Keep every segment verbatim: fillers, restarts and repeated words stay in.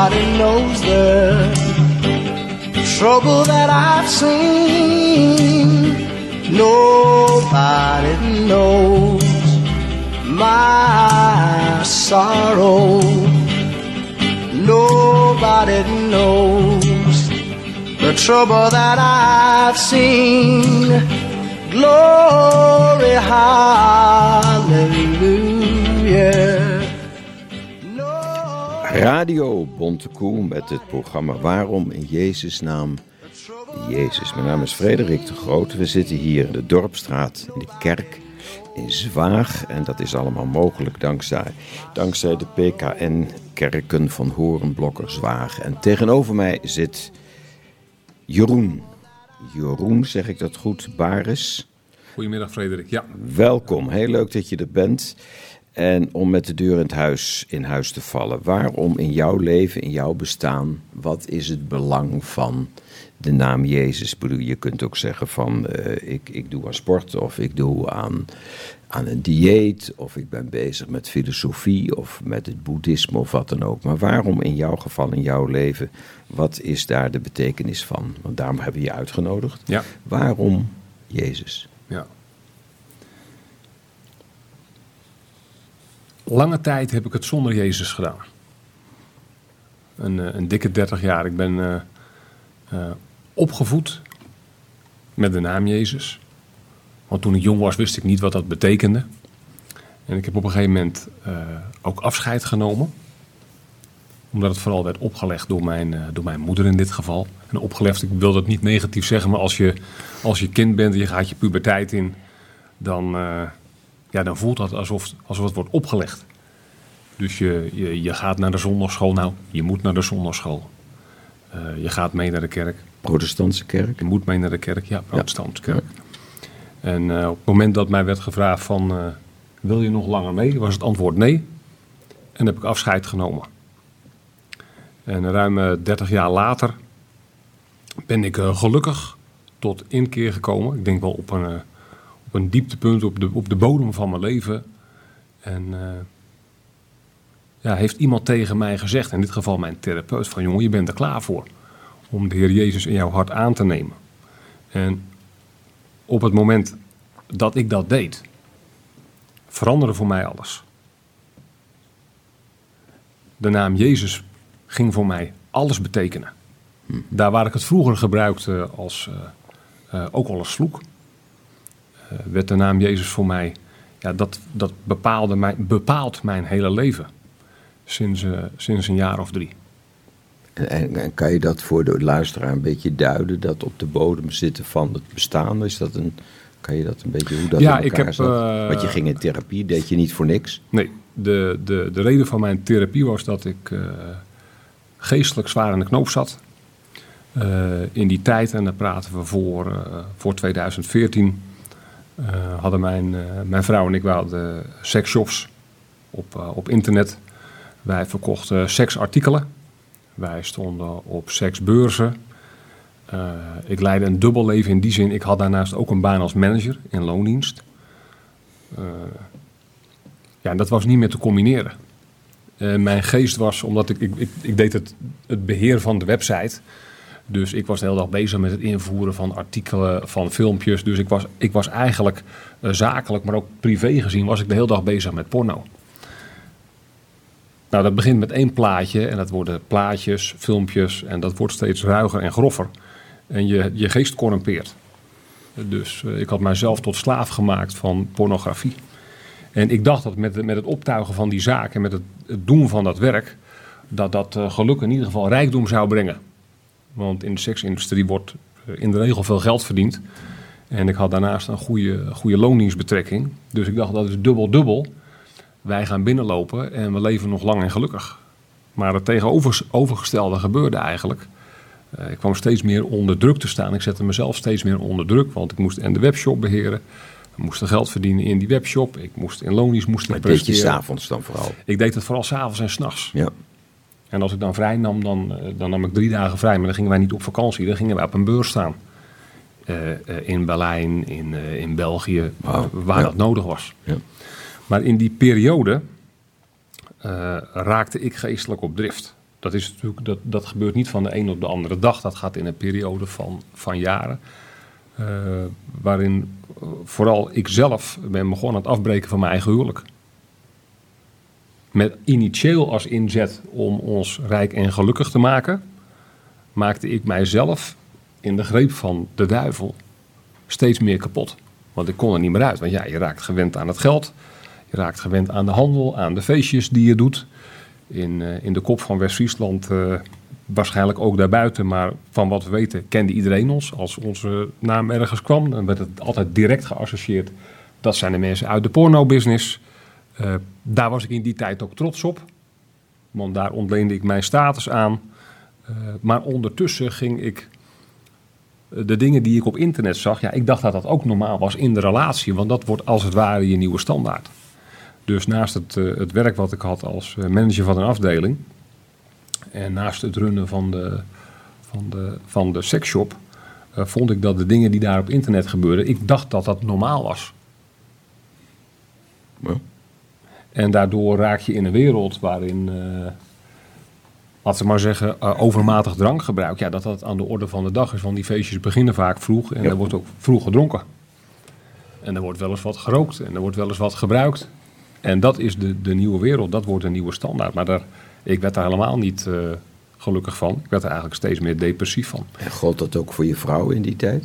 Nobody knows the trouble that I've seen. Nobody knows my sorrow. Nobody knows the trouble that I've seen. Glory, hallelujah. Radio Bontekoe met het programma Waarom in Jezus' naam Jezus. Mijn naam is Frederik de Groot. We zitten hier in de Dorpstraat in de kerk in Zwaag. En dat is allemaal mogelijk dankzij, dankzij de P K N-kerken van Horenblokker Zwaag. En tegenover mij zit Jeroen. Jeroen, zeg ik dat goed? Baris. Goedemiddag Frederik, ja. Welkom, heel leuk dat je er bent. En om met de deur in het huis, in huis te vallen. Waarom in jouw leven, in jouw bestaan, wat is het belang van de naam Jezus? Ik bedoel, je kunt ook zeggen van uh, ik, ik doe aan sport of ik doe aan, aan een dieet of ik ben bezig met filosofie of met het boeddhisme of wat dan ook. Maar waarom in jouw geval, in jouw leven, wat is daar de betekenis van? Want daarom hebben we je uitgenodigd. Ja. Waarom Jezus? Ja. Lange tijd heb ik het zonder Jezus gedaan. Een, een dikke dertig jaar. Ik ben uh, uh, opgevoed met de naam Jezus. Want toen ik jong was wist ik niet wat dat betekende. En ik heb op een gegeven moment uh, ook afscheid genomen. Omdat het vooral werd opgelegd door mijn, uh, door mijn moeder in dit geval. En opgelegd, ik wil dat niet negatief zeggen, maar als je, als je kind bent en je gaat je puberteit in, dan... Uh, Ja, dan voelt dat alsof, alsof het wordt opgelegd. Dus je, je, je gaat naar de zondagschool. Nou, je moet naar de zondagschool. Uh, je gaat mee naar de kerk. Protestantse kerk? Je moet mee naar de kerk, ja, protestantse kerk. Ja. En uh, op het moment dat mij werd gevraagd van... Uh, wil je nog langer mee? Was het antwoord nee. En dan heb ik afscheid genomen. En ruim uh, dertig jaar later... ben ik uh, gelukkig tot inkeer gekomen. Ik denk wel op een... Uh, Op een dieptepunt, op de, op de bodem van mijn leven. En uh, ja, heeft iemand tegen mij gezegd, in dit geval mijn therapeut, van jongen, je bent er klaar voor. Om de Heer Jezus in jouw hart aan te nemen. En op het moment dat ik dat deed, veranderde voor mij alles. De naam Jezus ging voor mij alles betekenen. Hm. Daar waar ik het vroeger gebruikte als, uh, uh, ook al als vloek. Uh, werd de naam Jezus voor mij, ja, dat, dat bepaalde mij, bepaalt mijn hele leven. Sinds, uh, sinds een jaar of drie. En, en, en kan je dat voor de luisteraar een beetje duiden, dat op de bodem zitten van het bestaan? Is dat een, kan je dat een beetje, hoe dat ja, in elkaar ik heb, zat? Uh, Want je ging in therapie, deed je niet voor niks? Nee, de, de, de reden van mijn therapie was dat ik uh, geestelijk zwaar in de knoop zat. Uh, in die tijd, en daar praten we voor, uh, voor tweeduizend veertien... Uh, hadden mijn, uh, mijn vrouw en ik hadden seksshops op, uh, op internet. Wij verkochten seksartikelen. Wij stonden op seksbeurzen. Uh, ik leidde een dubbel leven in die zin. Ik had daarnaast ook een baan als manager in loondienst. Uh, ja, dat was niet meer te combineren. Uh, mijn geest was, omdat ik, ik, ik, ik deed het, het beheer van de website... Dus ik was de hele dag bezig met het invoeren van artikelen, van filmpjes. Dus ik was, ik was eigenlijk uh, zakelijk, maar ook privé gezien, was ik de hele dag bezig met porno. Nou, dat begint met één plaatje en dat worden plaatjes, filmpjes en dat wordt steeds ruiger en groffer. En je, je geest corrumpeert. Dus uh, ik had mijzelf tot slaaf gemaakt van pornografie. En ik dacht dat met, met het optuigen van die zaak en met het, het doen van dat werk, dat dat uh, geluk in ieder geval rijkdom zou brengen. Want in de seksindustrie wordt in de regel veel geld verdiend. En ik had daarnaast een goede, goede loondienstbetrekking. Dus ik dacht, dat is dubbel-dubbel. Wij gaan binnenlopen en we leven nog lang en gelukkig. Maar het tegenovergestelde gebeurde eigenlijk. Uh, ik kwam steeds meer onder druk te staan. Ik zette mezelf steeds meer onder druk. Want ik moest en de webshop beheren. Ik moest geld verdienen in die webshop. Ik moest in loondienst moest ik presteren. Maar deed je 's avonds dan vooral? Ik deed het vooral 's avonds en 's nachts. Ja. En als ik dan vrij nam, dan, dan nam ik drie dagen vrij. Maar dan gingen wij niet op vakantie. Dan gingen wij op een beurs staan. Uh, uh, in Berlijn, in, uh, in België, wow. waar ja. dat nodig was. Ja. Maar in die periode uh, raakte ik geestelijk op drift. Dat, is natuurlijk, dat, dat gebeurt niet van de een op de andere dag. Dat gaat in een periode van, van jaren. Uh, waarin uh, vooral ik zelf ben begonnen aan het afbreken van mijn eigen huwelijk. Met initieel als inzet om ons rijk en gelukkig te maken, maakte ik mijzelf in de greep van de duivel steeds meer kapot. Want ik kon er niet meer uit. Want ja, je raakt gewend aan het geld. Je raakt gewend aan de handel, aan de feestjes die je doet. In, uh, in de kop van West-Friesland, uh, waarschijnlijk ook daarbuiten. Maar van wat we weten kende iedereen ons. Als onze naam ergens kwam, dan werd het altijd direct geassocieerd. Dat zijn de mensen uit de porno-business. Uh, daar was ik in die tijd ook trots op. Want daar ontleende ik mijn status aan. Uh, maar ondertussen ging ik de dingen die ik op internet zag, ja, ik dacht dat dat ook normaal was in de relatie, want dat wordt als het ware je nieuwe standaard. Dus naast het, uh, het werk wat ik had als manager van een afdeling en naast het runnen van de, van de, van de seksshop, uh, vond ik dat de dingen die daar op internet gebeurden, ik dacht dat dat normaal was. Ja. En daardoor raak je in een wereld waarin, uh, laten we maar zeggen, uh, overmatig drankgebruik, ja, dat dat aan de orde van de dag is. Want die feestjes beginnen vaak vroeg en ja. Er wordt ook vroeg gedronken. En er wordt wel eens wat gerookt en er wordt wel eens wat gebruikt. En dat is de, de nieuwe wereld, dat wordt een nieuwe standaard. Maar daar, ik werd daar helemaal niet uh, gelukkig van. Ik werd er eigenlijk steeds meer depressief van. En gold dat ook voor je vrouw in die tijd?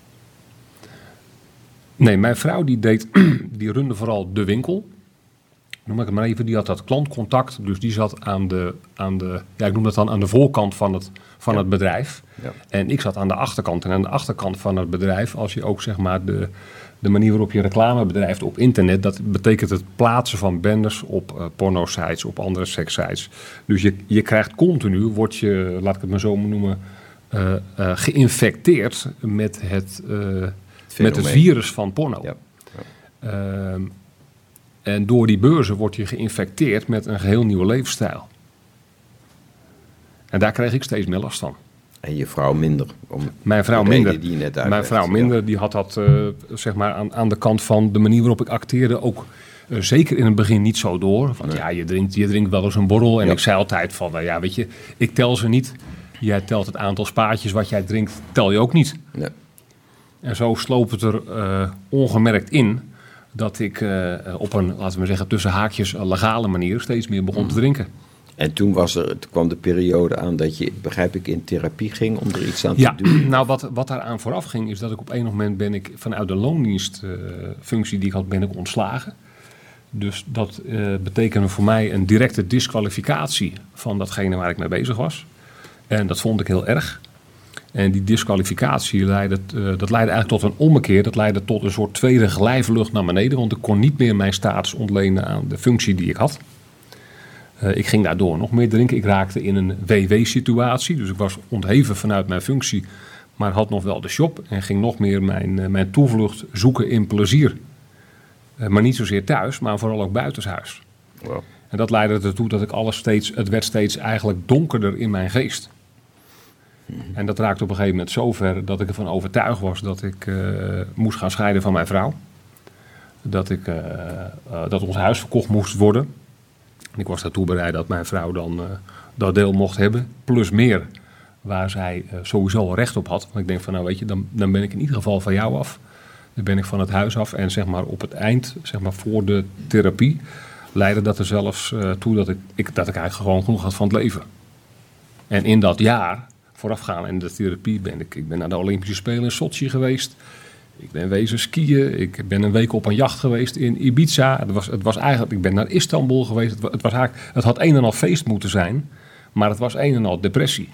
Nee, mijn vrouw die deed, die runde vooral de winkel. Noem ik het maar even, die had dat klantcontact. Dus die zat aan de, aan de ja, ik noem dat dan aan de voorkant van het, van ja. het bedrijf. Ja. En ik zat aan de achterkant. En aan de achterkant van het bedrijf, als je ook zeg maar de, de manier waarop je reclame bedrijft op internet, dat betekent het plaatsen van banners op uh, porno-sites, op andere sekssites. Dus je, je krijgt continu, word je, laat ik het maar zo noemen, uh, uh, geïnfecteerd met het, uh, met het virus van porno. Ja. Ja. Uh, En door die beurzen word je geïnfecteerd met een geheel nieuwe levensstijl. En daar kreeg ik steeds meer last van. En je vrouw minder? Om mijn vrouw minder. Die net mijn vrouw minder, ja. Die had dat uh, zeg maar aan, aan de kant van de manier waarop ik acteerde ook uh, zeker in het begin niet zo door. Want nee. ja, je drinkt, je drinkt wel eens een borrel. En ja. ik zei altijd van, nou ja, weet je, ik tel ze niet. Jij telt het aantal spaatjes wat jij drinkt, tel je ook niet. Nee. En zo sloop het er uh, ongemerkt in dat ik uh, op een, laten we maar zeggen, tussen haakjes legale manier steeds meer begon te drinken. En toen was er, toen kwam de periode aan dat je, begrijp ik, in therapie ging om er iets aan ja, te doen? Nou, wat, wat daaraan vooraf ging, is dat ik op een moment ben ik vanuit de loondienstfunctie uh, die ik had, ben ik ontslagen. Dus dat uh, betekende voor mij een directe disqualificatie van datgene waar ik mee bezig was. En dat vond ik heel erg. En die disqualificatie leidde, uh, dat leidde eigenlijk tot een ommekeer. Dat leidde tot een soort tweede glijvlucht naar beneden. Want ik kon niet meer mijn status ontlenen aan de functie die ik had. Uh, ik ging daardoor nog meer drinken. Ik raakte in een W W-situatie. Dus ik was ontheven vanuit mijn functie. Maar had nog wel de shop. En ging nog meer mijn, uh, mijn toevlucht zoeken in plezier. Uh, maar niet zozeer thuis, maar vooral ook buitenshuis. Wow. En dat leidde ertoe dat ik alles steeds... Het werd steeds eigenlijk donkerder in mijn geest. En dat raakte op een gegeven moment zo ver dat ik ervan overtuigd was dat ik uh, moest gaan scheiden van mijn vrouw. Dat, ik, uh, uh, dat ons huis verkocht moest worden. En ik was daartoe bereid dat mijn vrouw dan uh, dat deel mocht hebben. Plus meer waar zij uh, sowieso al recht op had. Want ik denk van nou weet je, dan, dan ben ik in ieder geval van jou af. Dan ben ik van het huis af. En zeg maar op het eind, zeg maar voor de therapie, leidde dat er zelfs uh, toe dat ik, ik, dat ik eigenlijk gewoon genoeg had van het leven. En in dat jaar... voorafgaan in de therapie ben ik. Ik ben naar de Olympische Spelen in Sochi geweest. Ik ben wezen skiën. Ik ben een week op een jacht geweest in Ibiza. Het was, het was eigenlijk, ik ben naar Istanbul geweest. Het, het, was eigenlijk, het had een en al feest moeten zijn. Maar het was een en al depressie.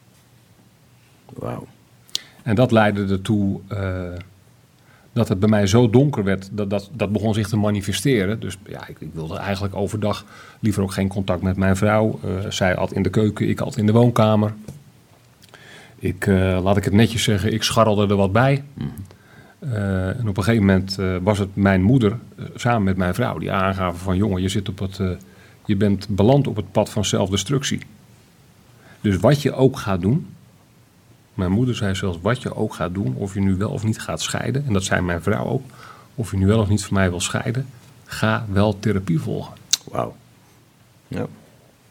Wauw. En dat leidde ertoe uh, dat het bij mij zo donker werd. Dat, dat, dat begon zich te manifesteren. Dus ja, ik, ik wilde eigenlijk overdag liever ook geen contact met mijn vrouw. Uh, zij at in de keuken, ik at in de woonkamer. Ik, uh, laat ik het netjes zeggen, ik scharrelde er wat bij. Mm. Uh, en op een gegeven moment uh, was het mijn moeder, uh, samen met mijn vrouw, die aangaven van jongen, je, zit op het, uh, je bent beland op het pad van zelfdestructie. Dus wat je ook gaat doen, mijn moeder zei zelfs wat je ook gaat doen, of je nu wel of niet gaat scheiden, en dat zei mijn vrouw ook, of je nu wel of niet van mij wil scheiden, ga wel therapie volgen. Wauw. Ja.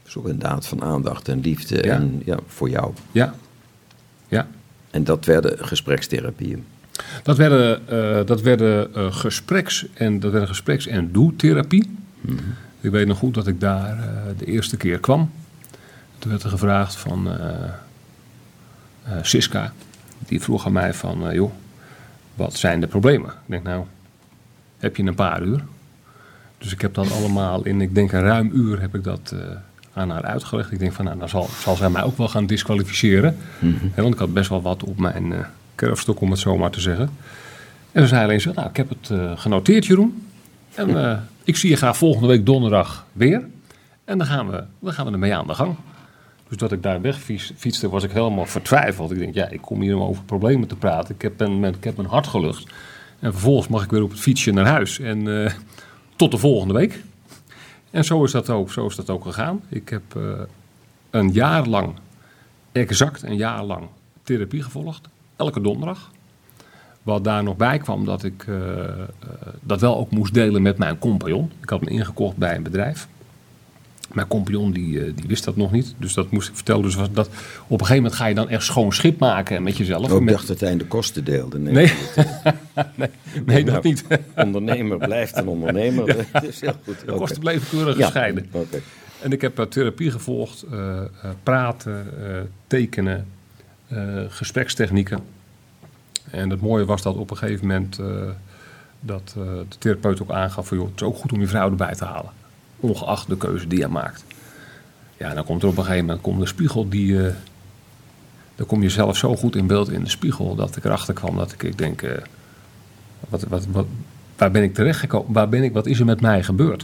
is ook een daad van aandacht en liefde Ja. en, ja, voor jou. Ja, ja. En dat werden gesprekstherapieën. Dat werden, uh, dat werden uh, gespreks- en dat werden gespreks- en doeltherapie. Mm-hmm. Ik weet nog goed dat ik daar uh, de eerste keer kwam. Toen werd er gevraagd van uh, uh, Siska. Die vroeg aan mij van, uh, joh, wat zijn de problemen? Ik denk, nou, heb je een paar uur? Dus ik heb dat allemaal in, ik denk een ruim uur heb ik dat uh, aan haar uitgelegd. Ik denk van, nou, dan zal, zal zij mij ook wel gaan disqualificeren. Mm-hmm. Ja, want ik had best wel wat op mijn uh, kerfstok, om het zo maar te zeggen. En toen zei alleen zo, nou, ik heb het uh, genoteerd, Jeroen. En uh, ik zie je graag volgende week donderdag weer. En dan gaan we, dan gaan we ermee aan de gang. Dus dat ik daar wegfietste, was ik helemaal vertwijfeld. Ik denk, ja, ik kom hier om over problemen te praten. Ik heb, een, ik heb mijn hart gelucht. En vervolgens mag ik weer op het fietsje naar huis. En uh, tot de volgende week. En zo is dat ook, zo is dat ook gegaan. Ik heb uh, een jaar lang, exact een jaar lang, therapie gevolgd. Elke donderdag. Wat daar nog bij kwam, dat ik uh, uh, dat wel ook moest delen met mijn compagnon. Ik had me ingekocht bij een bedrijf. Mijn compagnon die, uh, die wist dat nog niet. Dus dat moest ik vertellen. Dus was dat, op een gegeven moment ga je dan echt schoon schip maken met jezelf. Ik met... dacht dat hij de kosten deelde. Nee, Nee, nee, nee dat Nou, niet. Ondernemer blijft een ondernemer. Ja. Dat is heel goed. De Oké. kosten bleven keurig Ja, gescheiden. oké. En ik heb uh, therapie gevolgd. Uh, uh, praten, uh, tekenen, uh, gesprekstechnieken. En het mooie was dat op een gegeven moment uh, dat uh, de therapeut ook aangaf van, joh, het is ook goed om je vrouw erbij te halen. Ongeacht de keuze die hij maakt. Ja, dan komt er op een gegeven moment komt de spiegel die... Uh, dan kom je zelf zo goed in beeld in de spiegel dat ik erachter kwam dat ik, ik denk... Uh, wat, wat, wat, waar ben ik terechtgekomen? Waar ben ik? Wat is er met mij gebeurd?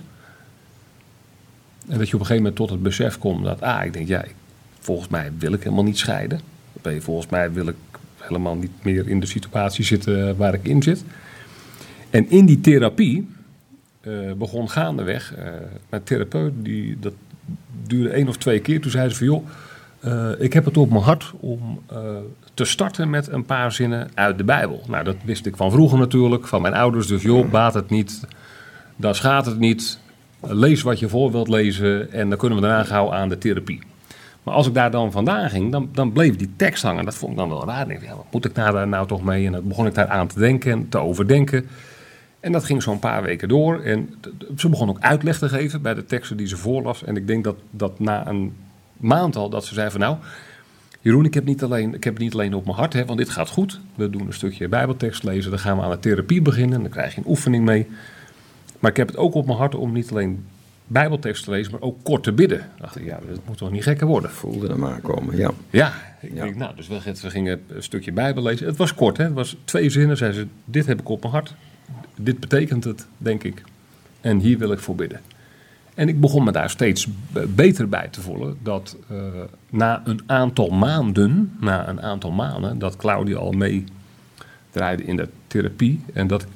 En dat je op een gegeven moment tot het besef komt dat... Ah, ik denk, ja, ik, volgens mij wil ik helemaal niet scheiden. B, volgens mij wil ik helemaal niet meer in de situatie zitten waar ik in zit. En in die therapie uh, begon gaandeweg... Uh, mijn therapeut, die, dat duurde één of twee keer. Toen zei ze van, joh, uh, ik heb het op mijn hart om uh, te starten met een paar zinnen uit de Bijbel. Nou, dat wist ik van vroeger natuurlijk, van mijn ouders. Dus joh, baat het niet, dan schaadt het niet. Lees wat je voor wilt lezen en dan kunnen we eraan houden aan de therapie. Maar als ik daar dan vandaan ging, dan, dan bleef die tekst hangen. Dat vond ik dan wel raar. Ik dacht, ja, wat moet ik daar nou toch mee? En dan begon ik daar aan te denken en te overdenken. En dat ging zo'n paar weken door. En ze begon ook uitleg te geven bij de teksten die ze voorlas. En ik denk dat, dat na een maand al dat ze zei van nou... Jeroen, ik heb, niet alleen, ik heb het niet alleen op mijn hart, hè, want dit gaat goed. We doen een stukje bijbeltekst lezen. Dan gaan we aan de therapie beginnen. Dan krijg je een oefening mee. Maar ik heb het ook op mijn hart om niet alleen bijbeltekst te lezen, maar ook kort te bidden. Dan dacht ik, ja, dat moet toch niet gekker worden. Voelde hem aankomen, ja. Ja, ik Ja. denk, nou, dus we, we gingen een stukje bijbel lezen. Het was kort, hè. Het was twee zinnen. Zei ze, dit heb ik op mijn hart. Dit betekent het, denk ik. En hier wil ik voor bidden. En ik begon me daar steeds beter bij te voelen dat uh, na een aantal maanden, na een aantal maanden, dat Claudia al mee draaide in de therapie en dat ik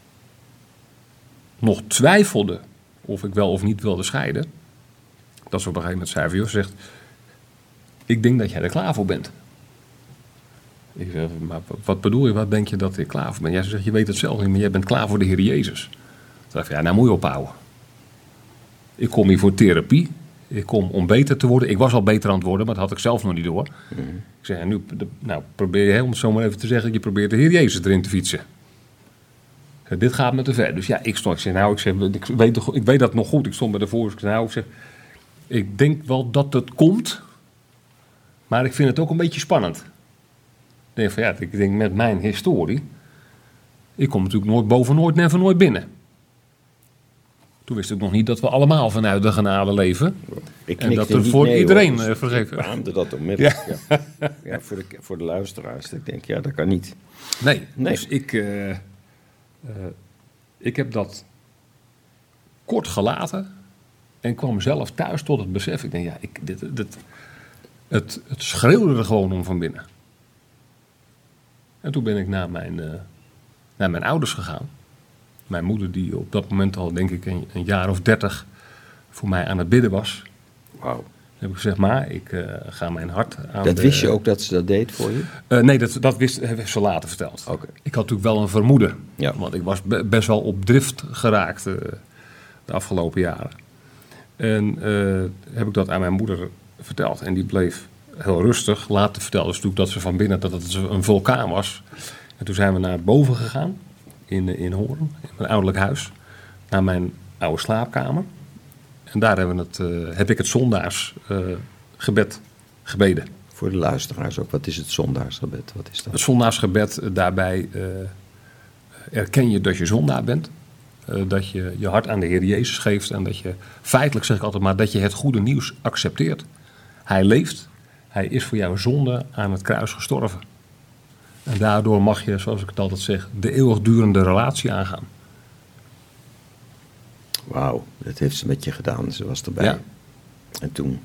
nog twijfelde of ik wel of niet wilde scheiden, dat ze op een gegeven moment zei van, joh, zegt, ik denk dat jij er klaar voor bent. Ik zeg, maar wat bedoel je, wat denk je dat ik klaar voor ben? Jij zegt, je weet het zelf niet, maar jij bent klaar voor de Heer Jezus. Toen dacht ik, ja, nou moet je ophouden. Ik kom hier voor therapie. Ik kom om beter te worden. Ik was al beter aan het worden, maar dat had ik zelf nog niet door. Mm. Ik zei, nu nou, probeer je, om het zo maar even te zeggen, je probeert de Heer Jezus erin te fietsen. Zei, dit gaat me te ver. Dus ja, ik stond, ik zei, nou, ik, zeg, ik, weet, ik weet dat nog goed. Ik stond bij de voor. Ik zei, nou, ik zeg, ik denk wel dat het komt, maar ik vind het ook een beetje spannend. Ik denk van, ja, ik denk met mijn historie, ik kom natuurlijk nooit boven, nooit, never, nooit binnen. Toen wist ik nog niet dat we allemaal vanuit de genade leven. Ik en dat er voor nee, iedereen hoor. vergeven. Ik beaamde dat onmiddellijk. Ja. Ja. Ja, voor, de, voor de luisteraars. Ik denk, ja, dat kan niet. Nee, nee. Dus ik, uh, uh, ik heb dat kort gelaten en kwam zelf thuis tot het besef. Ik denk, ja, ik, dit, dit, het, het schreeuwde er gewoon om van binnen. En toen ben ik naar mijn, uh, naar mijn ouders gegaan. Mijn moeder, die op dat moment al, denk ik, een, een jaar of dertig voor mij aan het bidden was. Wauw. Heb ik gezegd, maar ik uh, ga mijn hart aan Dat de... wist je ook dat ze dat deed voor je? Uh, nee, dat, dat wist, heeft ze later verteld. Okay. Ik had natuurlijk wel een vermoeden. Ja. Want ik was be- best wel op drift geraakt uh, de afgelopen jaren. En uh, heb ik dat aan mijn moeder verteld. En die bleef heel rustig. Later vertelde ze natuurlijk dat ze van binnen dat het een vulkaan was. En toen zijn we naar boven gegaan. In, in Hoorn. In mijn ouderlijk huis. Naar mijn oude slaapkamer. En daar hebben we het, uh, heb ik het zondaarsgebed uh, gebeden. Voor de luisteraars ook. Wat is het zondaarsgebed? Wat is dat? Het zondaarsgebed, uh, daarbij uh, erken je dat je zondaar bent. Uh, dat je je hart aan de Heer Jezus geeft. En dat je, feitelijk zeg ik altijd maar, dat je het goede nieuws accepteert. Hij leeft. Hij is voor jouw zonde aan het kruis gestorven. En daardoor mag je, zoals ik het altijd zeg, de eeuwigdurende relatie aangaan. Wauw, dat heeft ze met je gedaan. Ze was erbij. Ja. En toen?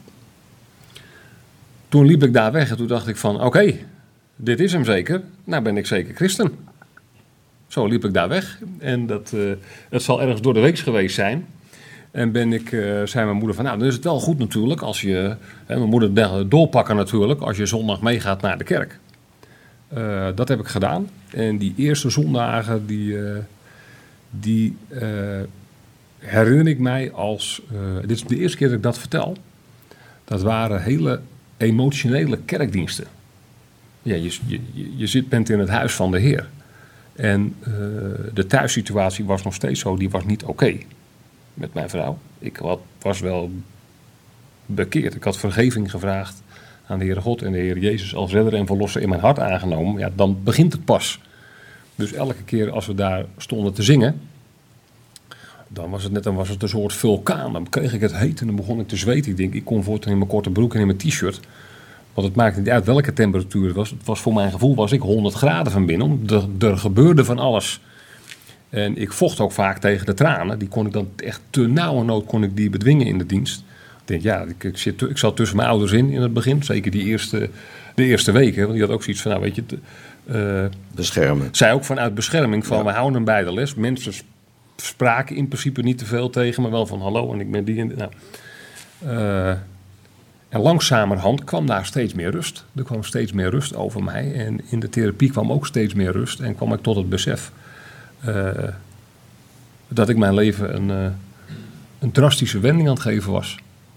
Toen liep ik daar weg en toen dacht ik van, oké, okay, dit is hem zeker. Nou ben ik zeker christen. Zo liep ik daar weg. En dat, uh, het zal ergens door de week geweest zijn. En ben ik, uh, zei mijn moeder van, nou dan is het wel goed natuurlijk als je, hè, mijn moeder doorpakken natuurlijk, als je zondag meegaat naar de kerk. Uh, dat heb ik gedaan. En die eerste zondagen, die, uh, die uh, herinner ik mij als, uh, dit is de eerste keer dat ik dat vertel. Dat waren hele emotionele kerkdiensten. Ja, je, je, je zit, bent in het huis van de Heer. En uh, de thuissituatie was nog steeds zo, die was niet oké. Okay. Met mijn vrouw. Ik had, was wel bekeerd. Ik had vergeving gevraagd aan de Heere God en de Heer Jezus als redder en verlosser in mijn hart aangenomen. Ja, dan begint het pas. Dus elke keer als we daar stonden te zingen, dan was het net dan was het een soort vulkaan. Dan kreeg ik het heet en dan begon ik te zweten. Ik denk, ik kom voortaan in mijn korte broek en in mijn t-shirt. Want het maakte niet uit welke temperatuur het was. Het was voor mijn gevoel was ik honderd graden van binnen. Er, er gebeurde van alles. En ik vocht ook vaak tegen de tranen. Die kon ik dan echt te nauwernood kon ik die bedwingen in de dienst. Ik denk, ja, ik, ik, zit, ik zat tussen mijn ouders in in het begin. Zeker die eerste, de eerste weken. Want die had ook zoiets van, nou weet je... Te, uh, beschermen. Zij ook vanuit bescherming van, ja. We houden hem bij de les. Mensen spraken in principe niet te veel tegen me. Wel van, hallo, en ik ben die... En, nou, uh, en langzamerhand kwam daar steeds meer rust. Er kwam steeds meer rust over mij. En in de therapie kwam ook steeds meer rust. En kwam ik tot het besef... Uh, dat ik mijn leven een, uh, een drastische wending aan het geven was.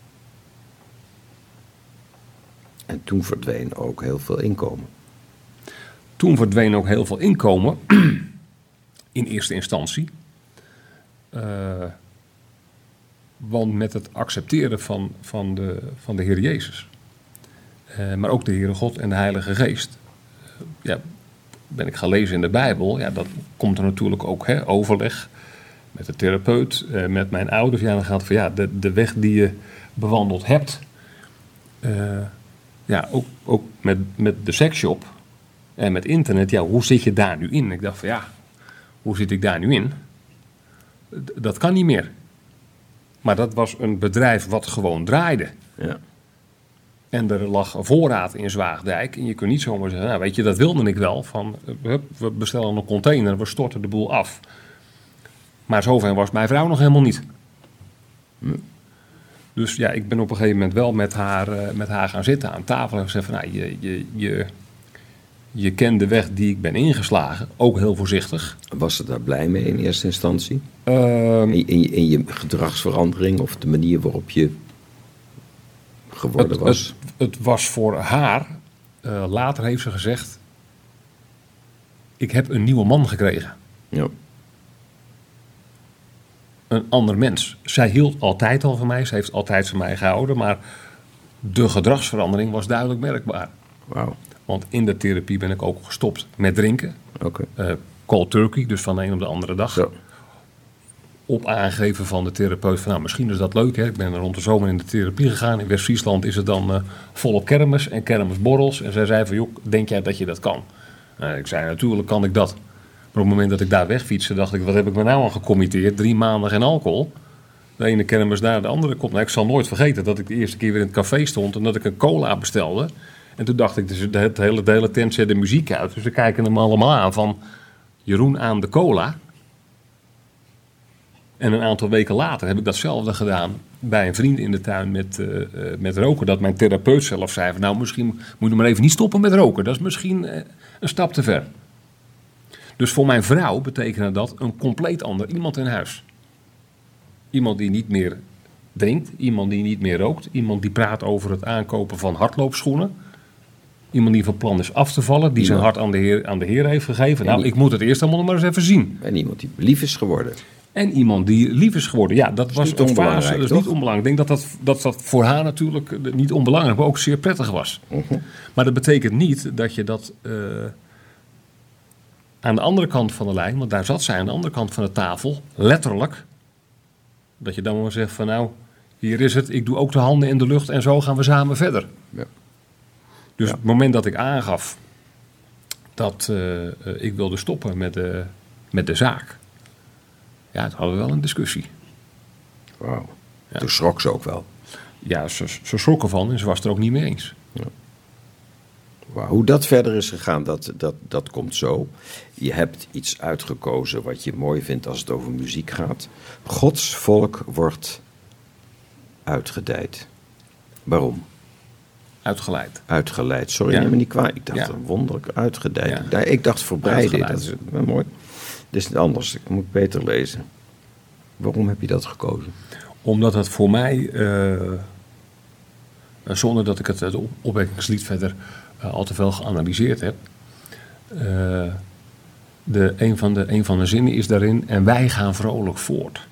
En toen verdween ook heel veel inkomen. Toen verdween ook heel veel inkomen. In eerste instantie. Uh, want met het accepteren van, van, de, van de Heer Jezus. Uh, maar ook de Heere God en de Heilige Geest. Uh, ja, ben ik gaan lezen in de Bijbel. Ja, dat komt er natuurlijk ook, hè, overleg met de therapeut, uh, met mijn ouders. Ja, dan gaat het van ja, de, de weg die je bewandeld hebt. Uh, ja, ook, ook met, met de seksshop en met internet. Ja, hoe zit je daar nu in? Ik dacht van ja, hoe zit ik daar nu in? D- dat kan niet meer. Maar dat was een bedrijf wat gewoon draaide. Ja. En er lag een voorraad in Zwaagdijk. En je kunt niet zomaar zeggen, nou weet je, dat wilde ik wel. Van, we bestellen een container, we storten de boel af. Maar zover was mijn vrouw nog helemaal niet. Hm. Dus ja, ik ben op een gegeven moment wel met haar, uh, met haar gaan zitten aan tafel. En gezegd van, nou, je, je, je, je kent de weg die ik ben ingeslagen. Ook heel voorzichtig. Was ze daar blij mee in eerste instantie? Uh, in, in, in je gedragsverandering of de manier waarop je... geworden het, was? Het, het was voor haar, uh, later heeft ze gezegd, ik heb een nieuwe man gekregen. Ja. Een ander mens. Zij hield altijd al van mij, ze heeft altijd van mij gehouden, maar de gedragsverandering was duidelijk merkbaar. Wauw. Want in de therapie ben ik ook gestopt met drinken. Oké. Uh, cold turkey, dus van de een op de andere dag. Zo. Op aangeven van de therapeut van, nou, misschien is dat leuk. Hè? Ik ben rond de zomer in de therapie gegaan. In West-Friesland is het dan uh, volop kermis en kermisborrels. En zij zei van, joh, denk jij dat je dat kan? Uh, ik zei, natuurlijk kan ik dat. Maar op het moment dat ik daar wegfietste, dacht ik, wat heb ik me nou aan gecommitteerd? Drie maanden geen alcohol. De ene kermis daar, de andere komt. Nou, ik zal nooit vergeten dat ik de eerste keer weer in het café stond en dat ik een cola bestelde. En toen dacht ik, dus de, de, hele, de hele tent zet de muziek uit. Dus we kijken hem allemaal aan van Jeroen aan de cola. En een aantal weken later heb ik datzelfde gedaan bij een vriend in de tuin met, uh, uh, met roken. Dat mijn therapeut zelf zei van, nou misschien moet je maar even niet stoppen met roken. Dat is misschien uh, een stap te ver. Dus voor mijn vrouw betekende dat een compleet ander iemand in huis. Iemand die niet meer drinkt, iemand die niet meer rookt, iemand die praat over het aankopen van hardloopschoenen, iemand die van plan is af te vallen, die zijn hart aan de Heer, aan de Heer heeft gegeven. Nou, ik moet het eerst allemaal nog maar eens even zien. En iemand die lief is geworden. En iemand die lief is geworden. Ja, dat was een fase, dat is toch? niet onbelangrijk. Ik denk dat dat, dat dat voor haar natuurlijk niet onbelangrijk, maar ook zeer prettig was. Uh-huh. Maar dat betekent niet dat je dat uh, aan de andere kant van de lijn, want daar zat zij aan de andere kant van de tafel, letterlijk, dat je dan maar zegt van nou, hier is het, ik doe ook de handen in de lucht en zo gaan we samen verder. Ja. Dus Ja. het moment dat ik aangaf dat uh, uh, ik wilde stoppen met de, met de zaak, ja, toen hadden we wel een discussie. Wauw. Ja. Toen schrok ze ook wel. Ja, ze, ze schrok ervan en ze was het er ook niet mee eens. Wauw. Hoe dat verder is gegaan, dat, dat, dat komt zo. Je hebt iets uitgekozen wat je mooi vindt als het over muziek gaat. Gods volk wordt uitgedijd. Waarom? Uitgeleid. Uitgeleid. Sorry, Ja. neem me niet kwalijk. Ik dacht Ja. een wonderlijk uitgedijd. Ja. Nee, ik dacht verbreiden. Dat Uitgeleid. is wel mooi. Dit is anders. Ik moet beter lezen. Waarom heb je dat gekozen? Omdat het voor mij, uh, zonder dat ik het, het op- opwekkingslied verder uh, al te veel geanalyseerd heb, uh, de, een, van de, een van de zinnen is daarin, en wij gaan vrolijk voort.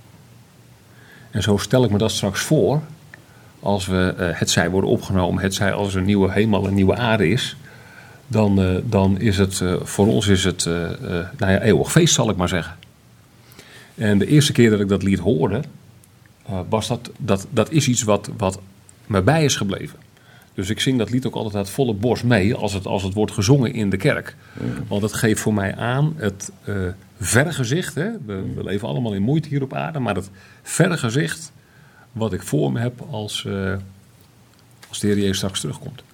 En zo stel ik me dat straks voor, als we uh, het zij worden opgenomen, het zij als er een nieuwe hemel en nieuwe aarde is, dan, uh, dan is het, uh, voor ons is het uh, uh, nou ja, eeuwig feest, zal ik maar zeggen. En de eerste keer dat ik dat lied hoorde, uh, was dat, dat, dat is iets wat, wat me bij is gebleven. Dus ik zing dat lied ook altijd uit volle borst mee als het, als het wordt gezongen in de kerk. Mm. Want het geeft voor mij aan het uh, vergezicht. Hè? We, we leven allemaal in moeite hier op aarde, maar het vergezicht wat ik voor me heb als, uh, als de Heer Jezus straks terugkomt.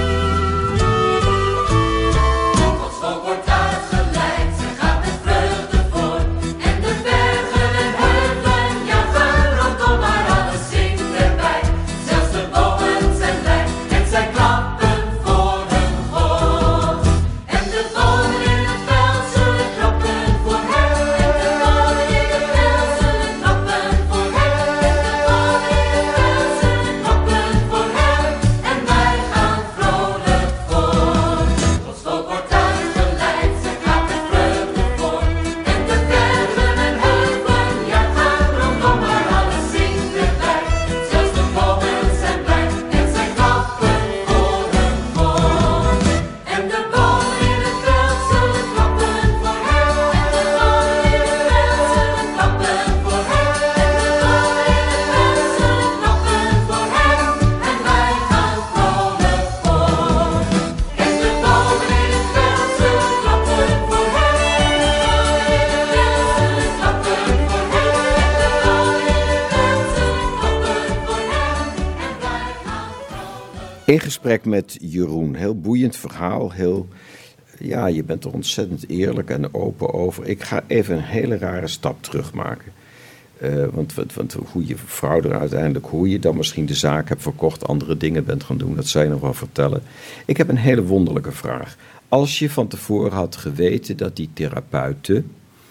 In gesprek met Jeroen. Heel boeiend verhaal. Heel, ja, je bent er ontzettend eerlijk en open over. Ik ga even een hele rare stap terug maken. Uh, want, want, want hoe je vrouw er uiteindelijk, hoe je dan misschien de zaak hebt verkocht, andere dingen bent gaan doen, dat zou je nog wel vertellen. Ik heb een hele wonderlijke vraag. Als je van tevoren had geweten dat die therapeute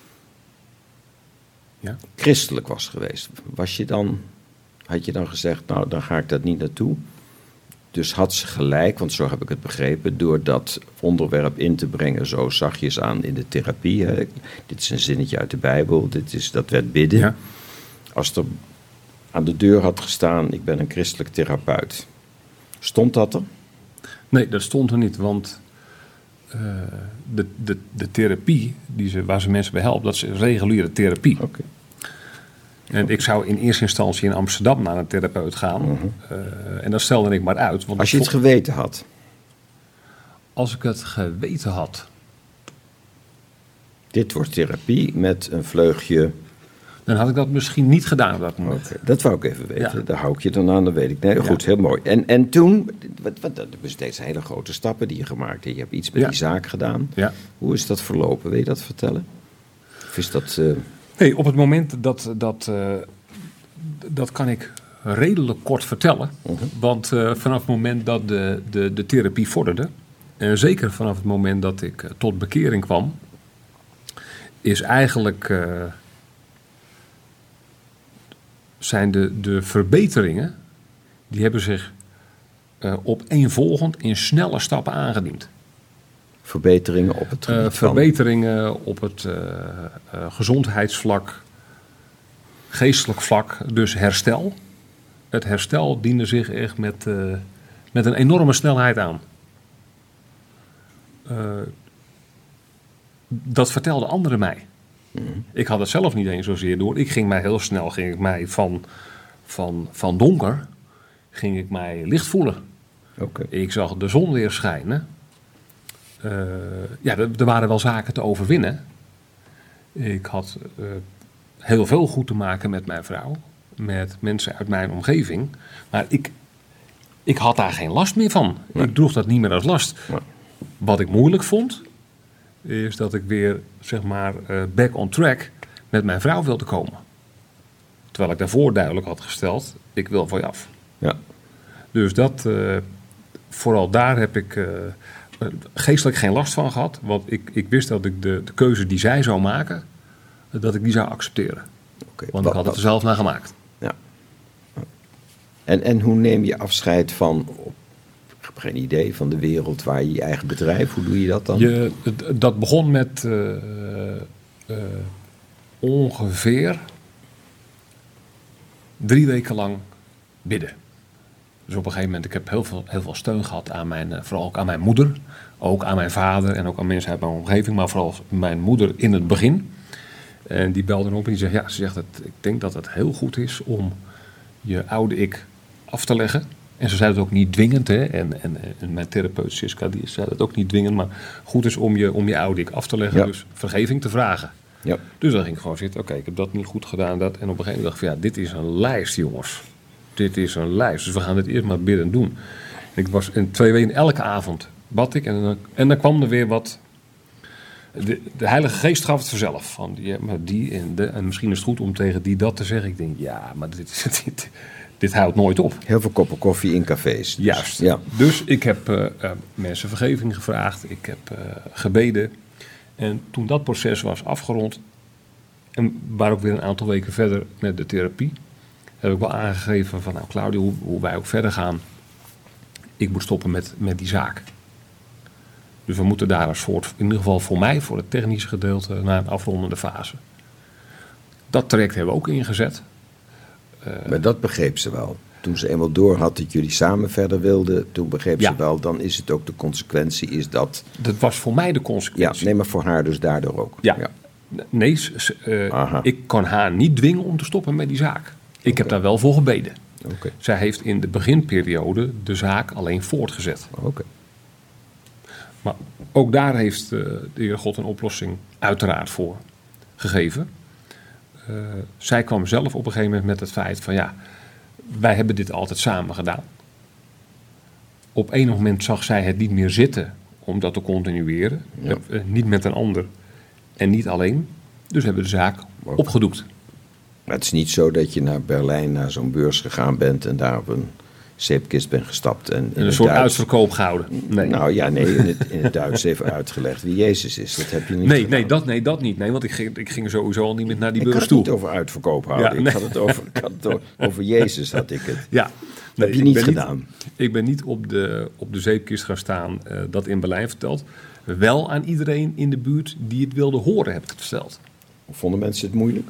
Ja? christelijk was geweest, was je dan, had je dan gezegd, nou dan ga ik dat niet naartoe? Dus had ze gelijk, want zo heb ik het begrepen, door dat onderwerp in te brengen zo zachtjes aan in de therapie. Hè. Dit is een zinnetje uit de Bijbel, dit is, dat werd bidden. Ja. Als er aan de deur had gestaan, ik ben een christelijk therapeut. Stond dat er? Nee, dat stond er niet, want uh, de, de, de therapie die ze, waar ze mensen bij helpen, dat is reguliere therapie. Oké. Okay. En ik zou in eerste instantie in Amsterdam naar een therapeut gaan. Uh-huh. Uh, en dat stelde ik maar uit. Want als je het vo- geweten had? Als ik het geweten had. Dit wordt therapie met een vleugje. Dan had ik dat misschien niet gedaan op dat moment. Okay. Dat wou ik even weten. Ja. Daar hou ik je dan aan, dat weet ik. Nee, goed, ja. Heel mooi. En, en toen, wat, wat, dat zijn steeds hele grote stappen die je gemaakt hebt. Je hebt iets met ja. die zaak gedaan. Ja. Hoe is dat verlopen? Wil je dat vertellen? Of is dat... Uh... Nee, op het moment dat, dat, uh, dat kan ik redelijk kort vertellen. Uh-huh. Want uh, vanaf het moment dat de, de, de therapie vorderde, en zeker vanaf het moment dat ik uh, tot bekering kwam, is eigenlijk uh, zijn de, de verbeteringen, die hebben zich uh, opeenvolgend in snelle stappen aangediend. Verbeteringen op het gebied uh, Verbeteringen op het uh, uh, gezondheidsvlak, geestelijk vlak, dus herstel. Het herstel diende zich echt met, uh, met een enorme snelheid aan. Uh, dat vertelden anderen mij. Mm-hmm. Ik had het zelf niet eens zozeer door. Ik ging mij heel snel, ging ik mij van, van, van donker, ging ik mij licht voelen. Okay. Ik zag de zon weer schijnen. Uh, ja, er, er waren wel zaken te overwinnen. Ik had uh, heel veel goed te maken met mijn vrouw, met mensen uit mijn omgeving. Maar ik, ik had daar geen last meer van. Nee. Ik droeg dat niet meer als last. Nee. Wat ik moeilijk vond, is dat ik weer, zeg maar, uh, back on track met mijn vrouw wilde komen. Terwijl ik daarvoor duidelijk had gesteld, ik wil voor je af. Ja. Dus dat, uh, vooral daar heb ik uh, geestelijk geen last van gehad. Want ik, ik wist dat ik de, de keuze die zij zou maken, dat ik die zou accepteren. Okay, want wat, ik had het er zelf naar gemaakt. Ja. En, en hoe neem je afscheid van, ik heb geen idee, van de wereld waar je je eigen bedrijf, hoe doe je dat dan? Je, dat begon met uh, uh, ongeveer drie weken lang bidden. Dus op een gegeven moment, ik heb heel veel, heel veel steun gehad aan mijn, vooral ook aan mijn moeder. Ook aan mijn vader en ook aan mensen uit mijn omgeving, maar vooral mijn moeder in het begin. En die belde op en die zegt, ja, ze zegt dat ik denk dat het heel goed is om je oude ik af te leggen. En ze zei het ook niet dwingend, hè. En, en, en mijn therapeut Siska, die zei het ook niet dwingend, maar goed is om je, om je oude ik af te leggen, ja. Dus vergeving te vragen. Ja. Dus dan ging ik gewoon zitten, oké, okay, ik heb dat niet goed gedaan, dat. En op een gegeven moment dacht ik van, ja, dit is een lijst, jongens. Dit is een lijst, dus we gaan dit eerst maar bidden doen. En ik was in twee weken, elke avond bad ik en dan, en dan kwam er weer wat. De, de Heilige Geest gaf het vanzelf. Van die, maar die en, de, en misschien is het goed om tegen die dat te zeggen. Ik denk, ja, maar dit, dit, dit houdt nooit op. Heel veel koppen koffie in cafés. Dus. Juist. Ja. Dus ik heb uh, uh, mensen vergeving gevraagd. Ik heb uh, gebeden. En toen dat proces was afgerond, en waar ook weer een aantal weken verder met de therapie, heb ik wel aangegeven van, nou Claudio, hoe, hoe wij ook verder gaan. Ik moet stoppen met, met die zaak. Dus we moeten daar als soort, in ieder geval voor mij, voor het technische gedeelte, naar een afrondende fase. Dat traject hebben we ook ingezet. Uh, maar dat begreep ze wel. Toen ze eenmaal door had dat jullie samen verder wilden, toen begreep ja. ze wel, dan is het ook de consequentie, is dat... Dat was voor mij de consequentie. Ja, nee, maar voor haar dus daardoor ook. Ja, ja. nee, uh, ik kon haar niet dwingen om te stoppen met die zaak. Ik okay. heb daar wel voor gebeden. Okay. Zij heeft in de beginperiode de zaak alleen voortgezet. Oké. Okay. Maar ook daar heeft uh, de Heer God een oplossing uiteraard voor gegeven. Uh, zij kwam zelf op een gegeven moment met het feit van ja, wij hebben dit altijd samen gedaan. Op een moment zag zij het niet meer zitten om dat te continueren. Ja. Uh, niet met een ander en niet alleen. Dus hebben we de zaak okay. opgedoekt. Maar het is niet zo dat je naar Berlijn, naar zo'n beurs gegaan bent en daar op een zeepkist bent gestapt. En een soort Duits... uitverkoop gehouden. Nee. Nou ja, nee, in het, in het Duits even uitgelegd wie Jezus is. Dat heb je niet nee, nee, dat, nee, dat niet. Nee, want ik ging, ik ging sowieso al niet meer naar die ik beurs toe. Ik had het niet over uitverkoop houden. Ja, nee. Ik had het over, ik had het over, over Jezus, had ik het. Ja. Dat nee, heb je niet gedaan. Niet, ik ben niet op de, op de zeepkist gaan staan, uh, dat in Berlijn verteld. Wel aan iedereen in de buurt die het wilde horen, heb ik het verteld. Vonden mensen het moeilijk?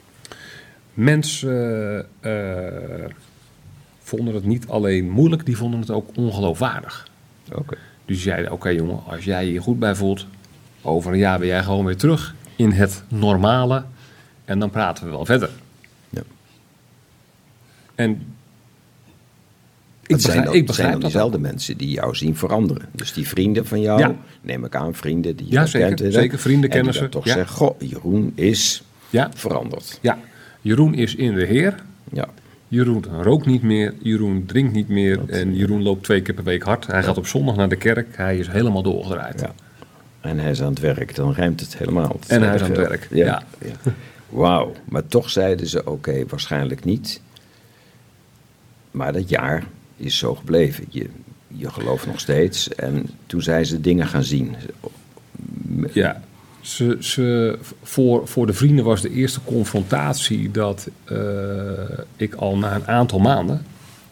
Mensen uh, uh, vonden het niet alleen moeilijk, die vonden het ook ongeloofwaardig. Okay. Dus die zeiden, oké okay, jongen, als jij je goed bij voelt, over een jaar ben jij gewoon weer terug in het normale en dan praten we wel verder. Ja. En ik het zijn begrijp, dan, ik begrijp zijn dan dat diezelfde ook. mensen die jou zien veranderen. Dus die vrienden van jou, ja. neem ik aan, vrienden die je ja, zeker, kent. Zeker, vrienden, en kennissen. die toch ja. zeggen, goh, Jeroen is ja. veranderd. Ja, Jeroen is in de Heer. Ja. Jeroen rookt niet meer, Jeroen drinkt niet meer dat, en Jeroen loopt twee keer per week hard. Hij ja. gaat op zondag naar de kerk, hij is helemaal doorgedraaid. Ja. En hij is aan het werk, dan rijmt het helemaal. Het en hij is aan het werk, ja. ja. ja. Wauw, maar toch zeiden ze, oké, okay, waarschijnlijk niet. Maar dat jaar is zo gebleven. Je, je gelooft nog steeds. En toen zijn ze dingen gaan zien. Ja. Ze, ze, voor, voor de vrienden was de eerste confrontatie dat uh, ik al na een aantal maanden,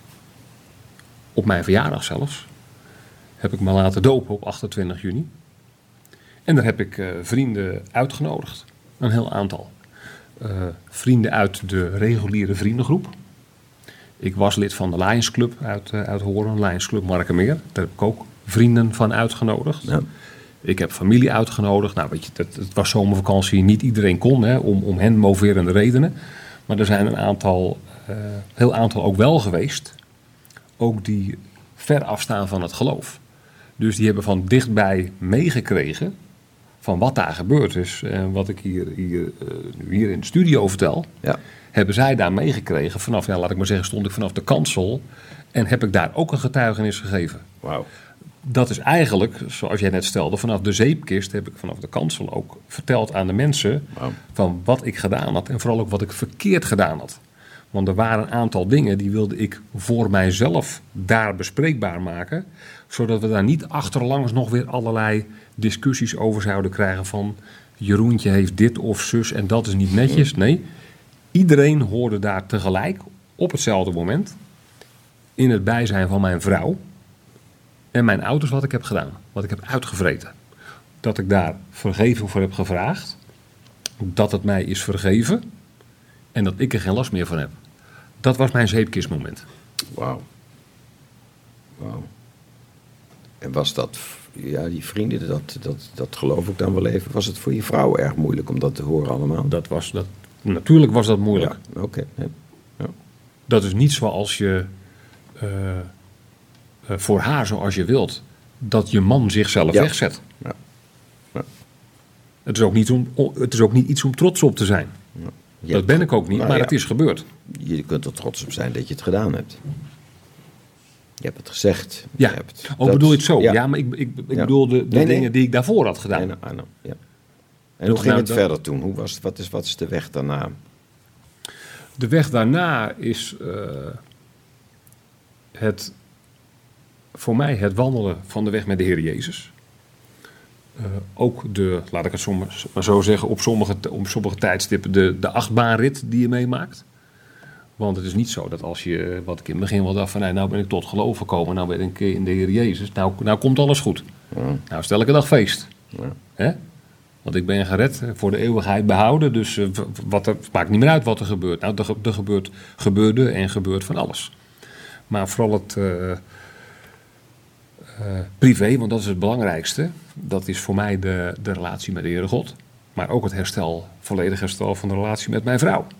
op mijn verjaardag zelfs, heb ik me laten dopen op achtentwintig juni. En daar heb ik uh, vrienden uitgenodigd, een heel aantal. Uh, vrienden uit de reguliere vriendengroep. Ik was lid van de Lions Club uit, uh, uit Hoorn, Lions Club Markenmeer. Daar heb ik ook vrienden van uitgenodigd. Ja. Ik heb familie uitgenodigd. Nou, weet je, het, het was zomervakantie. Niet iedereen kon, hè, om, om hen moverende redenen. Maar er zijn een aantal, uh, heel aantal ook wel geweest. Ook die ver afstaan van het geloof. Dus die hebben van dichtbij meegekregen van wat daar gebeurd is. En wat ik hier, hier, uh, hier in de studio vertel. Ja. Hebben zij daar meegekregen. Vanaf, ja, laat ik maar zeggen, stond ik vanaf de kansel. En heb ik daar ook een getuigenis gegeven. Wauw. Dat is eigenlijk, zoals jij net stelde, vanaf de zeepkist heb ik vanaf de kansel ook verteld aan de mensen wow. van wat ik gedaan had en vooral ook wat ik verkeerd gedaan had. Want er waren een aantal dingen die wilde ik voor mijzelf daar bespreekbaar maken, zodat we daar niet achterlangs nog weer allerlei discussies over zouden krijgen van Jeroentje heeft dit of zus en dat is niet netjes. Nee, iedereen hoorde daar tegelijk op hetzelfde moment in het bijzijn van mijn vrouw en mijn ouders wat ik heb gedaan, wat ik heb uitgevreten. Dat ik daar vergeving voor heb gevraagd, dat het mij is vergeven en dat ik er geen last meer van heb. Dat was mijn zeepkistmoment. Wauw. Wauw. En was dat, ja, die vrienden, dat, dat, dat geloof ik dan wel even, was het voor je vrouw erg moeilijk om dat te horen allemaal? Dat was, dat, natuurlijk was dat moeilijk. Ja, oké. Okay. Ja. Ja. Dat is niet zoals je, uh, uh, voor haar zoals je wilt, dat je man zichzelf ja. wegzet. Ja. Ja. Het, is ook niet om, het is ook niet iets om trots op te zijn. Ja. Dat hebt, ben ik ook niet, nou, maar ja, het is gebeurd. Je kunt er trots op zijn dat je het gedaan hebt. Je hebt het gezegd. Ja, je hebt oh, dat, bedoel je het zo? Ja, ja maar ik, ik, ik ja. bedoel de, de nee, dingen nee. die ik daarvoor had gedaan. Nee, no, no, ja. En hoe ging nou, het dat, verder toen? Hoe was, wat, is, wat is de weg daarna? De weg daarna is uh, het, voor mij het wandelen van de weg met de Heer Jezus. Uh, ook de, laat ik het som, maar zo zeggen, op sommige, op sommige tijdstippen de, de achtbaanrit die je meemaakt. Want het is niet zo dat als je, wat ik in het begin wel dacht van, nee, nou ben ik tot geloof gekomen, nou ben ik in de Heer Jezus, nou, nou komt alles goed. Ja. Nou stel ik een dag feest. Ja. Hè? Want ik ben gered, voor de eeuwigheid behouden, dus uh, wat er, het maakt niet meer uit wat er gebeurt. Nou, er, er gebeurt, gebeurde en gebeurt van alles. Maar vooral het uh, uh, privé, want dat is het belangrijkste. Dat is voor mij de, de relatie met de Heere God. Maar ook het herstel, volledig herstel van de relatie met mijn vrouw.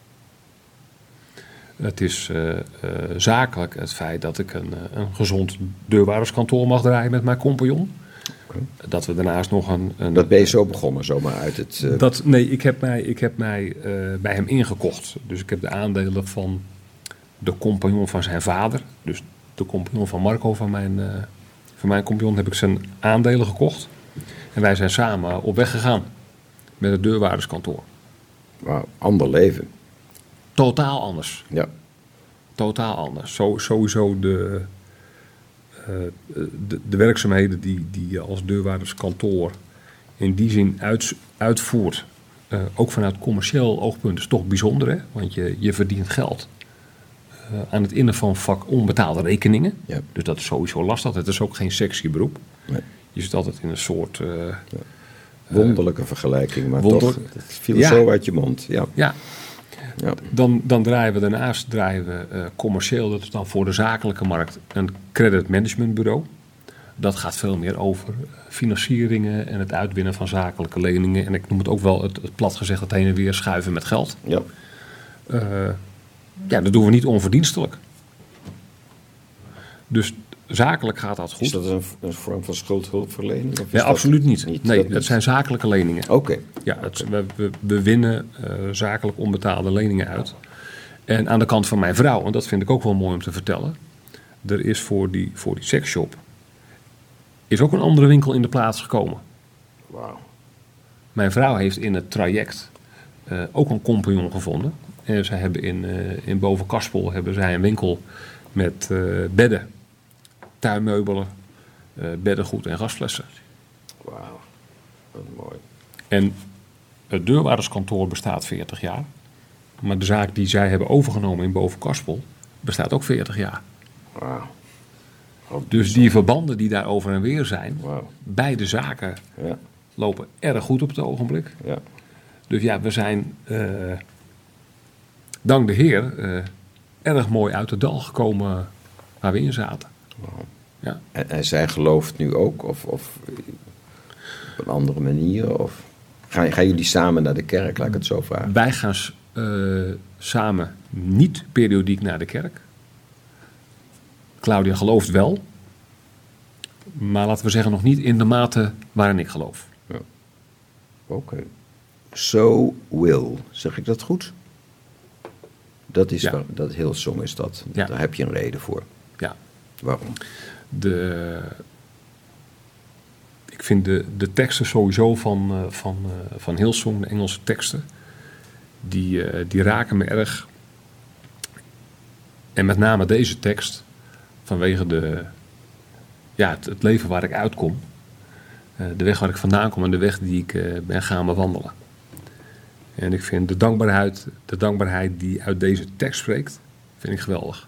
Het is uh, uh, zakelijk het feit dat ik een, een gezond deurwaarderskantoor mag draaien met mijn compagnon. Okay. Dat we daarnaast nog een... een dat ben je zo begonnen, zomaar uit het... Uh... Dat, nee, ik heb mij, ik heb mij uh, bij hem ingekocht. Dus ik heb de aandelen van de compagnon van zijn vader. Dus de compagnon van Marco, van mijn, uh, van mijn compagnon, heb ik zijn aandelen gekocht. En wij zijn samen op weg gegaan met het deurwaarderskantoor. Wauw, ander leven. Totaal anders. Ja. Totaal anders. Zo, sowieso de, uh, de, de werkzaamheden die, die je als deurwaarderskantoor in die zin uit, uitvoert, uh, ook vanuit commercieel oogpunt, is toch bijzonder, hè? Want je, je verdient geld uh, aan het innen van vak onbetaalde rekeningen. Ja. Dus dat is sowieso lastig. Het is ook geen sexy beroep. Nee. Je zit altijd in een soort... Uh, ja. Wonderlijke uh, vergelijking, maar wonder... toch, het viel ja. zo uit je mond. Ja. Ja. Ja. Dan, dan draaien we daarnaast draaien we, uh, commercieel, dat is dan voor de zakelijke markt, een credit management bureau. Dat gaat veel meer over financieringen en het uitwinnen van zakelijke leningen. En ik noem het ook wel het, het plat gezegd het heen en weer schuiven met geld. Ja. Uh, ja, dat doen we niet onverdienstelijk. Dus zakelijk gaat dat goed. Is dat een, een vorm van schuldhulpverlening? Of is nee, absoluut niet. niet. Nee, dat, dat zijn zakelijke leningen. Oké. Okay. Ja, het, we, we, we winnen uh, zakelijk onbetaalde leningen uit. En aan de kant van mijn vrouw, en dat vind ik ook wel mooi om te vertellen. Er is voor die, voor die seksshop is ook een andere winkel in de plaats gekomen. Wauw. Mijn vrouw heeft in het traject uh, ook een compagnon gevonden. En zij hebben in, uh, in Boven-Kaspel hebben zij een winkel met uh, bedden, tuinmeubelen, uh, beddengoed en gasflessen. Wauw, wat mooi. En het deurwaarderskantoor bestaat veertig jaar. Maar de zaak die zij hebben overgenomen in Bovenkarspel bestaat ook veertig jaar. Wauw. Dus die verbanden die daar over en weer zijn, Wow. beide zaken Ja. lopen erg goed op het ogenblik. Ja. Dus ja, we zijn, uh, dank de Heer, uh, erg mooi uit het dal gekomen waar we in zaten. Wow. Ja. En, en zij gelooft nu ook? Of, of op een andere manier? Of gaan, gaan jullie samen naar de kerk? Laat ik het zo vragen. Wij gaan uh, samen niet periodiek naar de kerk. Claudia gelooft wel. Maar laten we zeggen nog niet in de mate waarin ik geloof. Ja. Oké. Okay. So will. Zeg ik dat goed? Dat is ja. waar, dat Hillsong is dat. Ja. Daar heb je een reden voor. Ja. Waarom? De, ik vind de, de teksten sowieso van, uh, van, uh, van Hillsong, de Engelse teksten, die, uh, die raken me erg. En met name deze tekst, vanwege de, ja, het, het leven waar ik uitkom. Uh, de weg waar ik vandaan kom en de weg die ik uh, ben gaan bewandelen. En ik vind de dankbaarheid, de dankbaarheid die uit deze tekst spreekt, vind ik geweldig.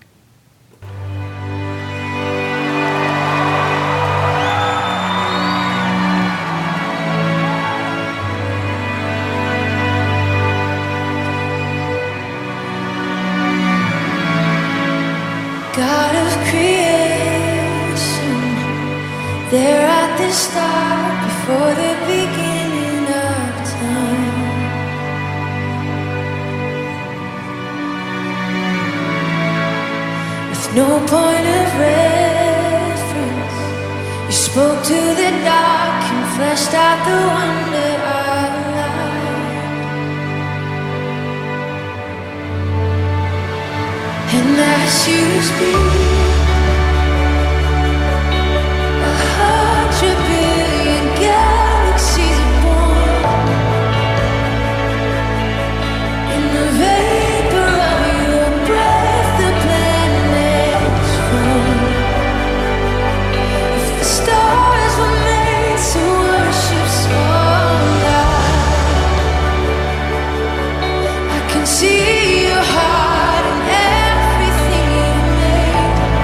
God of creation, there at the start, before the beginning of time. With no point of reference, you spoke to the dark and fleshed out the wonder of life. And as you speak, a hundred billion galaxies are born. In the vapor of your breath, the planets form. If the stars were made to worship so loud, I can see your heart in everything you made.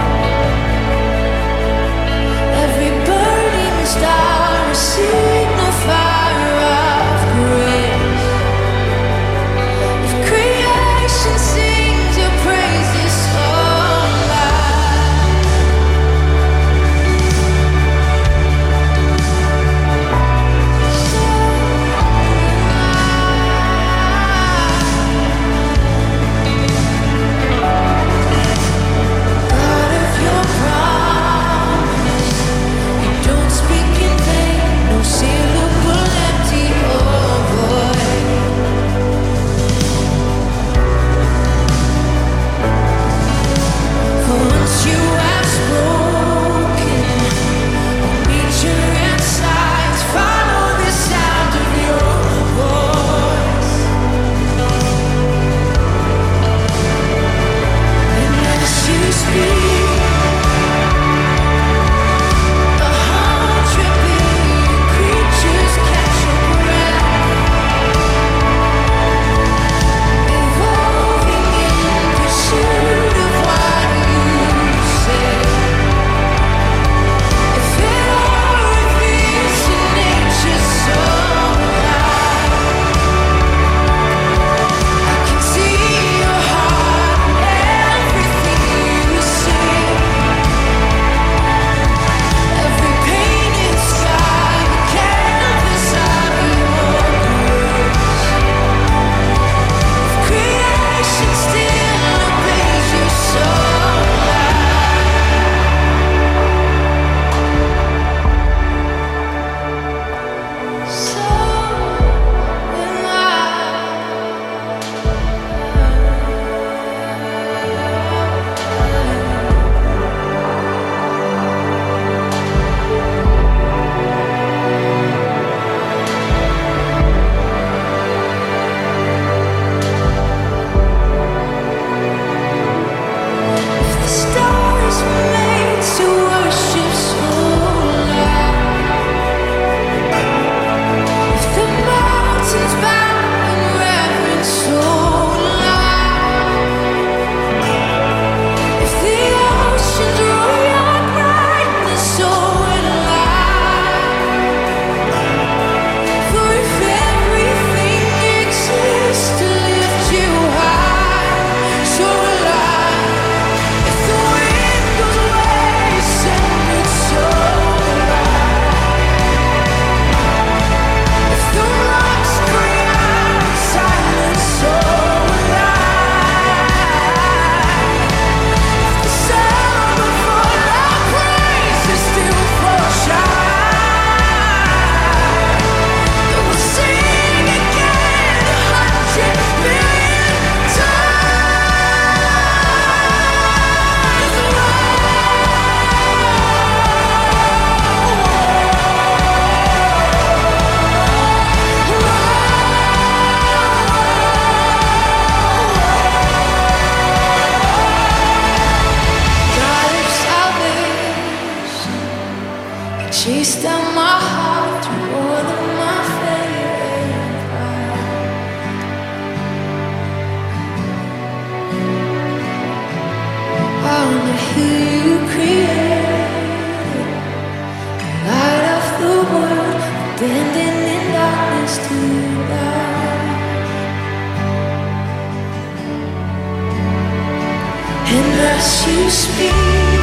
as you speak.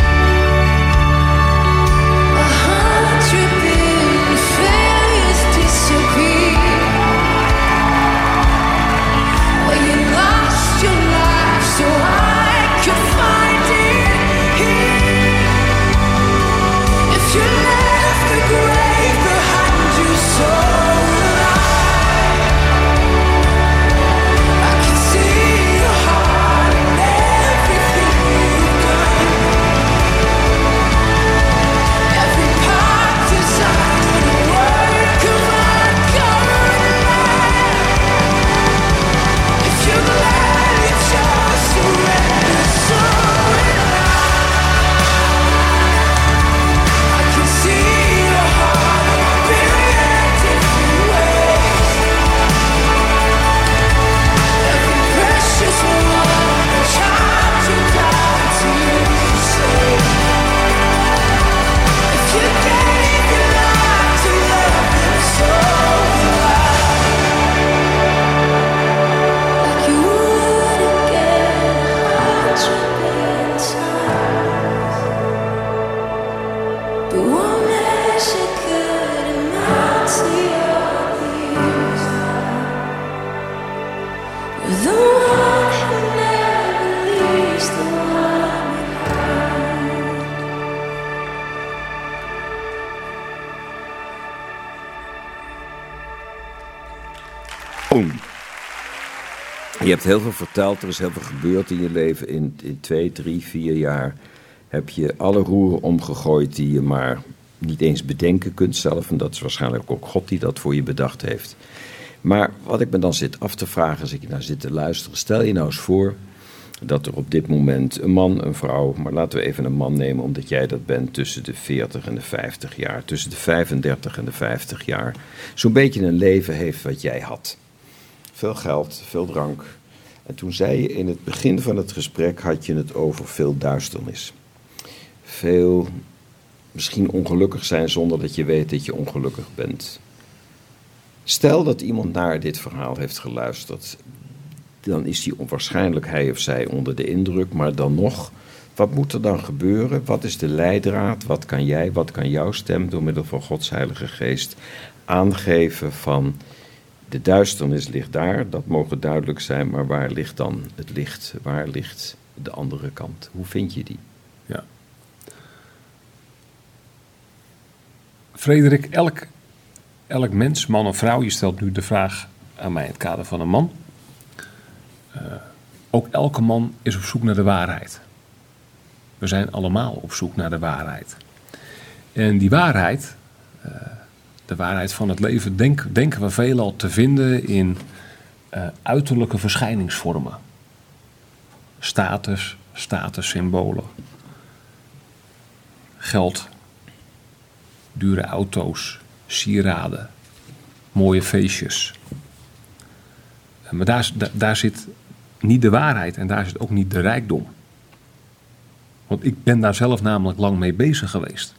A hundred billion failures disappear. Well, you lost your life so I could find it here. If you left the grave behind you so alive, I can see your heart and everything you've done. Every part designed a work of art going mad. If you're glad you chose to surrender, so will I. I can see your heart in a billion different ways. Every precious one, a child you died to save. If you gave your life to love them, so will I. Like you would again a hundred billion times. But one measure could amount to your years. You're the one who never leaves the one behind. Boom. Je hebt heel veel verteld, er is heel veel gebeurd in je leven. In, in twee, drie, vier jaar heb je alle roeren omgegooid die je maar niet eens bedenken kunt zelf. En dat is waarschijnlijk ook God die dat voor je bedacht heeft. Maar wat ik me dan zit af te vragen als ik naar zit te luisteren. Stel je nou eens voor dat er op dit moment een man, een vrouw, maar laten we even een man nemen omdat jij dat bent, tussen de veertig en de vijftig jaar, tussen de vijfendertig en de vijftig jaar, zo'n beetje een leven heeft wat jij had. Veel geld, veel drank. En toen zei je in het begin van het gesprek, had je het over veel duisternis. Veel, misschien ongelukkig zijn zonder dat je weet dat je ongelukkig bent. Stel dat iemand naar dit verhaal heeft geluisterd, dan is die waarschijnlijk hij of zij onder de indruk, maar dan nog, wat moet er dan gebeuren? Wat is de leidraad? Wat kan jij, wat kan jouw stem door middel van Gods Heilige Geest aangeven van de duisternis ligt daar, dat mogen duidelijk zijn, maar waar ligt dan het licht? Waar ligt de andere kant? Hoe vind je die? Ja. Frederik, elk, elk mens, man of vrouw, je stelt nu de vraag aan mij in het kader van een man. Uh, ook elke man is op zoek naar de waarheid. We zijn allemaal op zoek naar de waarheid. En die waarheid, uh, de waarheid van het leven, denk, denken we veelal te vinden in uh, uiterlijke verschijningsvormen. Status, statussymbolen. Geld, dure auto's, sieraden, mooie feestjes. Maar daar, daar, daar zit niet de waarheid en daar zit ook niet de rijkdom. Want ik ben daar zelf namelijk lang mee bezig geweest.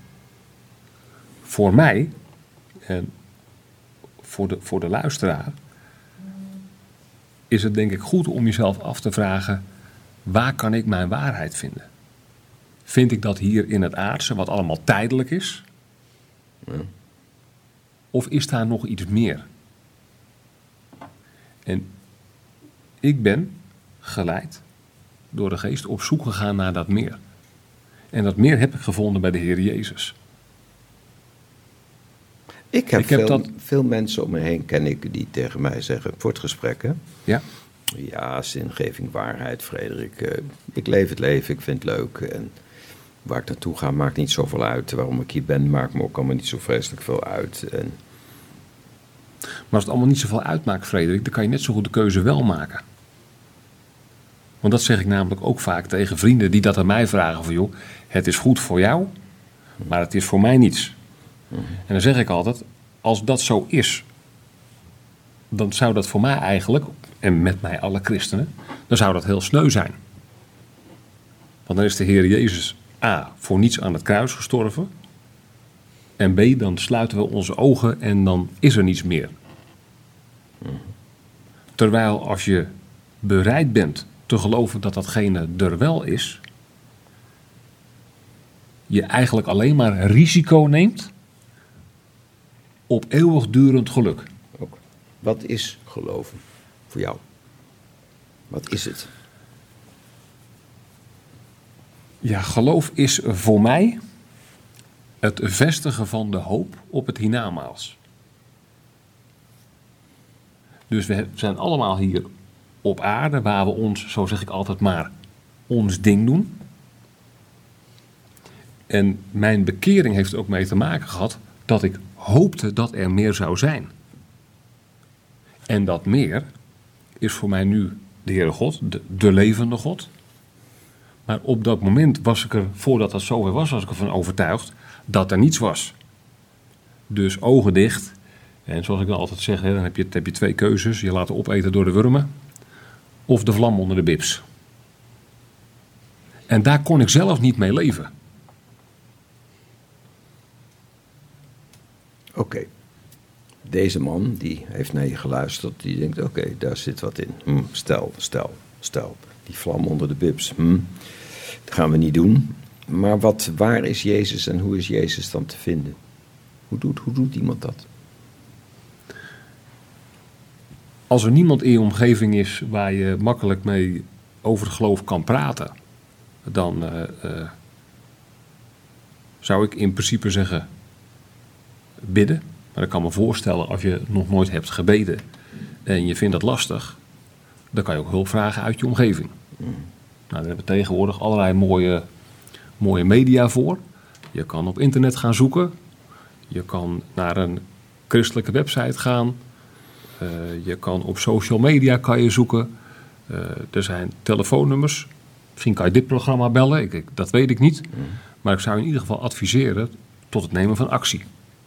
Voor mij en voor de, voor de luisteraar is het denk ik goed om jezelf af te vragen, waar kan ik mijn waarheid vinden? Vind ik dat hier in het aardse, wat allemaal tijdelijk is? Ja. Of is daar nog iets meer? En ik ben geleid door de Geest op zoek gegaan naar dat meer. En dat meer heb ik gevonden bij de Heer Jezus. Ik heb, ik heb veel, dat... veel mensen om me heen, ken ik, die tegen mij zeggen, voor het gesprek, hè? Ja. Ja, zingeving, waarheid, Frederik. Uh, ik leef het leven, ik vind het leuk. En waar ik naartoe ga, maakt niet zoveel uit. Waarom ik hier ben, maakt me ook allemaal niet zo vreselijk veel uit. En... Maar als het allemaal niet zoveel uitmaakt, Frederik, dan kan je net zo goed de keuze wel maken. Want dat zeg ik namelijk ook vaak tegen vrienden die dat aan mij vragen van, joh, het is goed voor jou, maar het is voor mij niets. Mm-hmm. En dan zeg ik altijd, als dat zo is, dan zou dat voor mij eigenlijk, en met mij alle christenen, dan zou dat heel sneu zijn. Want dan is de Heer Jezus A, voor niets aan het kruis gestorven. En B, dan sluiten we onze ogen en dan is er niets meer. Mm-hmm. Terwijl als je bereid bent te geloven dat datgene er wel is, je eigenlijk alleen maar risico neemt op eeuwigdurend geluk. Ook. Wat is geloven voor jou? Wat is het? Ja, geloof is voor mij het vestigen van de hoop op het hiernamaals. Dus we zijn allemaal hier op aarde waar we ons, zo zeg ik altijd maar, ons ding doen. En mijn bekering heeft er ook mee te maken gehad dat ik hoopte dat er meer zou zijn. En dat meer is voor mij nu de Heere God, de, de levende God. Maar op dat moment was ik er, voordat dat zover was, was ik ervan overtuigd dat er niets was. Dus ogen dicht. En zoals ik dan altijd zeg, hè, dan heb je, heb je twee keuzes. Je laten opeten door de wurmen of de vlam onder de bips. En daar kon ik zelf niet mee leven. Oké. Okay. Deze man, die heeft naar je geluisterd. Die denkt, oké, okay, daar zit wat in. Hm, stel, stel, stel. Die vlam onder de bips. Hm, dat gaan we niet doen. Maar wat, waar is Jezus en hoe is Jezus dan te vinden? Hoe doet, hoe doet iemand dat? Als er niemand in je omgeving is waar je makkelijk mee over het geloof kan praten, dan uh, uh, zou ik in principe zeggen bidden. Maar ik kan me voorstellen, als je nog nooit hebt gebeden en je vindt dat lastig, dan kan je ook hulp vragen uit je omgeving. Mm. Nou, daar hebben we tegenwoordig allerlei mooie, mooie media voor. Je kan op internet gaan zoeken. Je kan naar een christelijke website gaan. Uh, je kan op social media kan je zoeken. Uh, er zijn telefoonnummers. Misschien kan je dit programma bellen. Ik, ik, dat weet ik niet. Mm. Maar ik zou in ieder geval adviseren tot het nemen van actie.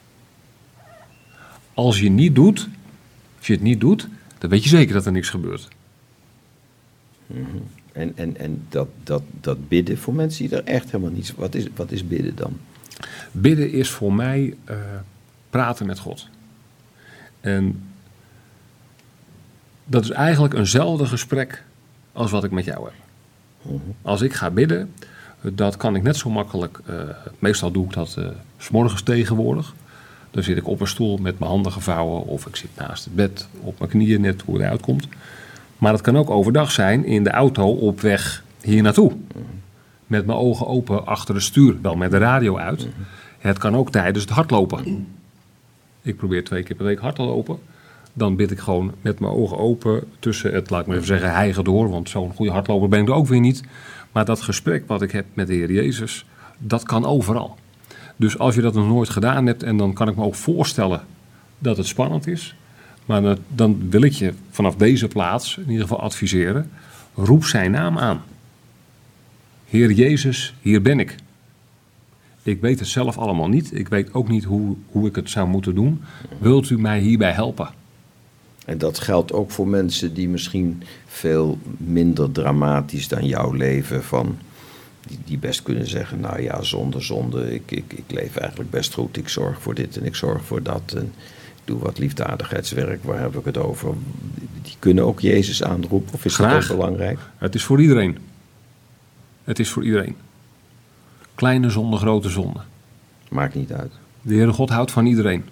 Als je, niet doet, als je het niet doet, dan weet je zeker dat er niks gebeurt. Mm-hmm. En, en, en dat, dat, dat bidden voor mensen die er echt helemaal niets... Wat is, wat is bidden dan? Bidden is voor mij uh, praten met God. En dat is eigenlijk eenzelfde gesprek als wat ik met jou heb. Mm-hmm. Als ik ga bidden, dat kan ik net zo makkelijk... Uh, meestal doe ik dat uh, 's morgens tegenwoordig. Dan zit ik op een stoel met mijn handen gevouwen of ik zit naast het bed op mijn knieën, net hoe het uitkomt. Maar het kan ook overdag zijn in de auto op weg hier naartoe. Met mijn ogen open achter het stuur, wel met de radio uit. Het kan ook tijdens het hardlopen. Ik probeer twee keer per week hard te lopen. Dan bid ik gewoon met mijn ogen open tussen het, laat ik maar even zeggen, hijgen door. Want zo'n goede hardloper ben ik er ook weer niet. Maar dat gesprek wat ik heb met de Heer Jezus, dat kan overal. Dus als je dat nog nooit gedaan hebt, en dan kan ik me ook voorstellen dat het spannend is. Maar dan wil ik je vanaf deze plaats in ieder geval adviseren. Roep zijn naam aan. Heer Jezus, hier ben ik. Ik weet het zelf allemaal niet. Ik weet ook niet hoe, hoe ik het zou moeten doen. Wilt u mij hierbij helpen? En dat geldt ook voor mensen die misschien veel minder dramatisch dan jouw leven van... Die, die best kunnen zeggen, nou ja, zonde, zonde, ik, ik, ik leef eigenlijk best goed. Ik zorg voor dit en ik zorg voor dat. En ik doe wat liefdadigheidswerk, waar heb ik het over? Die kunnen ook Jezus aanroepen, of is Graag. Dat ook belangrijk? Het is voor iedereen. Het is voor iedereen. Kleine zonde, grote zonde. Maakt niet uit. De Heere God houdt van iedereen.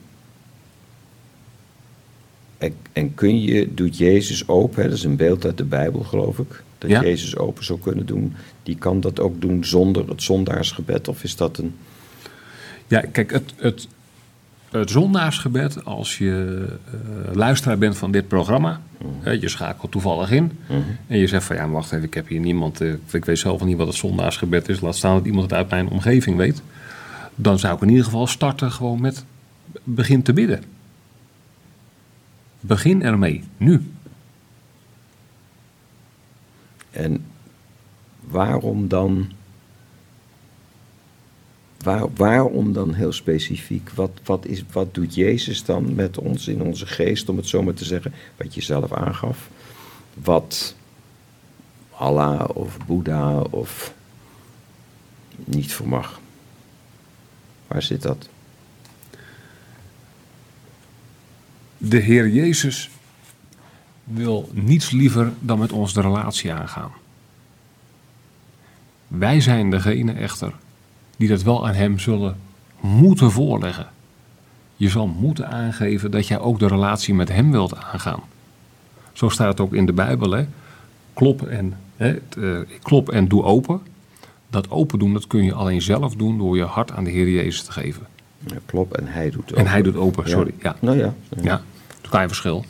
En, en kun je, doet Jezus open, hè, dat is een beeld uit de Bijbel, geloof ik... Dat ja. Jezus open zou kunnen doen. Die kan dat ook doen zonder het zondaarsgebed? Of is dat een... Ja, kijk, het, het, het zondaarsgebed, als je uh, luisteraar bent van dit programma... Mm-hmm. hè, je schakelt toevallig in... Mm-hmm. en je zegt van, ja, wacht even, ik heb hier niemand... Uh, ik weet zelf niet wat het zondaarsgebed is... laat staan dat iemand het uit mijn omgeving weet... dan zou ik in ieder geval starten gewoon met... begin te bidden. Begin ermee, nu... En waarom dan, waar, waarom dan heel specifiek? Wat, wat, is, wat doet Jezus dan met ons in onze geest, om het zo maar te zeggen, wat je zelf aangaf? Wat Allah of Boeddha of niet vermag? Waar zit dat? De Heer Jezus, wil niets liever dan met ons de relatie aangaan. Wij zijn degene echter die dat wel aan hem zullen moeten voorleggen. Je zal moeten aangeven dat jij ook de relatie met hem wilt aangaan. Zo staat het ook in de Bijbel. Hè? Klop, en, hè, het, uh, klop en doe open. Dat open doen, dat kun je alleen zelf doen door je hart aan de Heer Jezus te geven. Ja, klop en hij doet open. En hij doet open, sorry. Ja. Nou ja. Ja, ja. Dat is een klein verschil.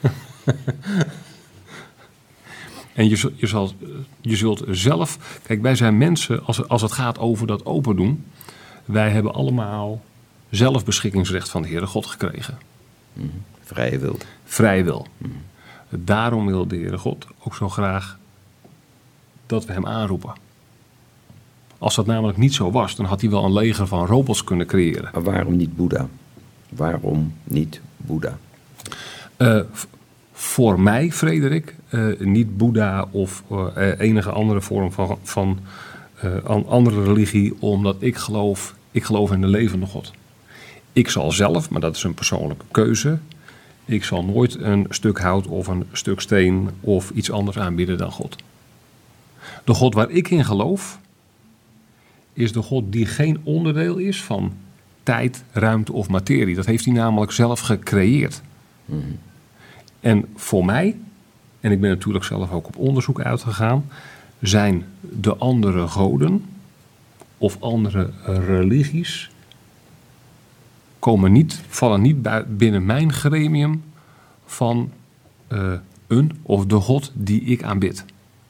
En je, je, zal, je zult zelf... Kijk, wij zijn mensen, als, als het gaat over dat open doen... Wij hebben allemaal zelf beschikkingsrecht van de Heere God gekregen. Mm, vrije wil. Vrije wil. Mm. Daarom wil de Heere God ook zo graag dat we hem aanroepen. Als dat namelijk niet zo was, dan had hij wel een leger van robots kunnen creëren. Maar waarom niet Boeddha? Waarom niet Boeddha? Uh, v- voor mij, Frederik, uh, niet Boeddha of uh, enige andere vorm van, van uh, andere religie, omdat ik geloof, ik geloof in de levende God. Ik zal zelf, maar dat is een persoonlijke keuze, ik zal nooit een stuk hout of een stuk steen of iets anders aanbieden dan God. De God waar ik in geloof, is de God die geen onderdeel is van tijd, ruimte of materie. Dat heeft hij namelijk zelf gecreëerd. Mm. En voor mij, en ik ben natuurlijk zelf ook op onderzoek uitgegaan, zijn de andere goden of andere religies komen niet, vallen niet bui- binnen mijn gremium van uh, een of de God die ik aanbid.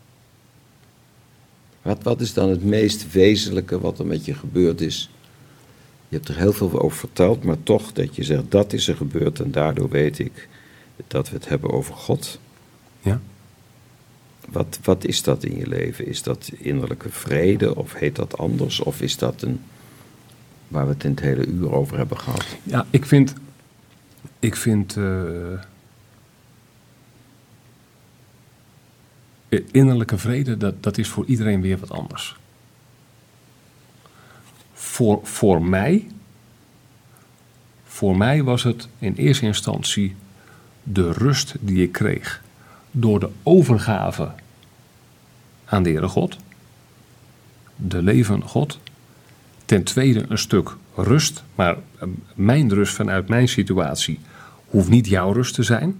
Wat, wat is dan het meest wezenlijke wat er met je gebeurd is? Je hebt er heel veel over verteld, maar toch dat je zegt dat is er gebeurd en daardoor weet ik dat we het hebben over God. Ja. Wat, wat is dat in je leven? Is dat innerlijke vrede of heet dat anders? Of is dat een, waar we het in het hele uur over hebben gehad? Ja, ik vind, ik vind uh, innerlijke vrede, dat, dat is voor iedereen weer wat anders. Voor, voor mij, voor mij was het in eerste instantie de rust die ik kreeg door de overgave aan de Heere God, de levende God. Ten tweede een stuk rust, maar mijn rust vanuit mijn situatie hoeft niet jouw rust te zijn.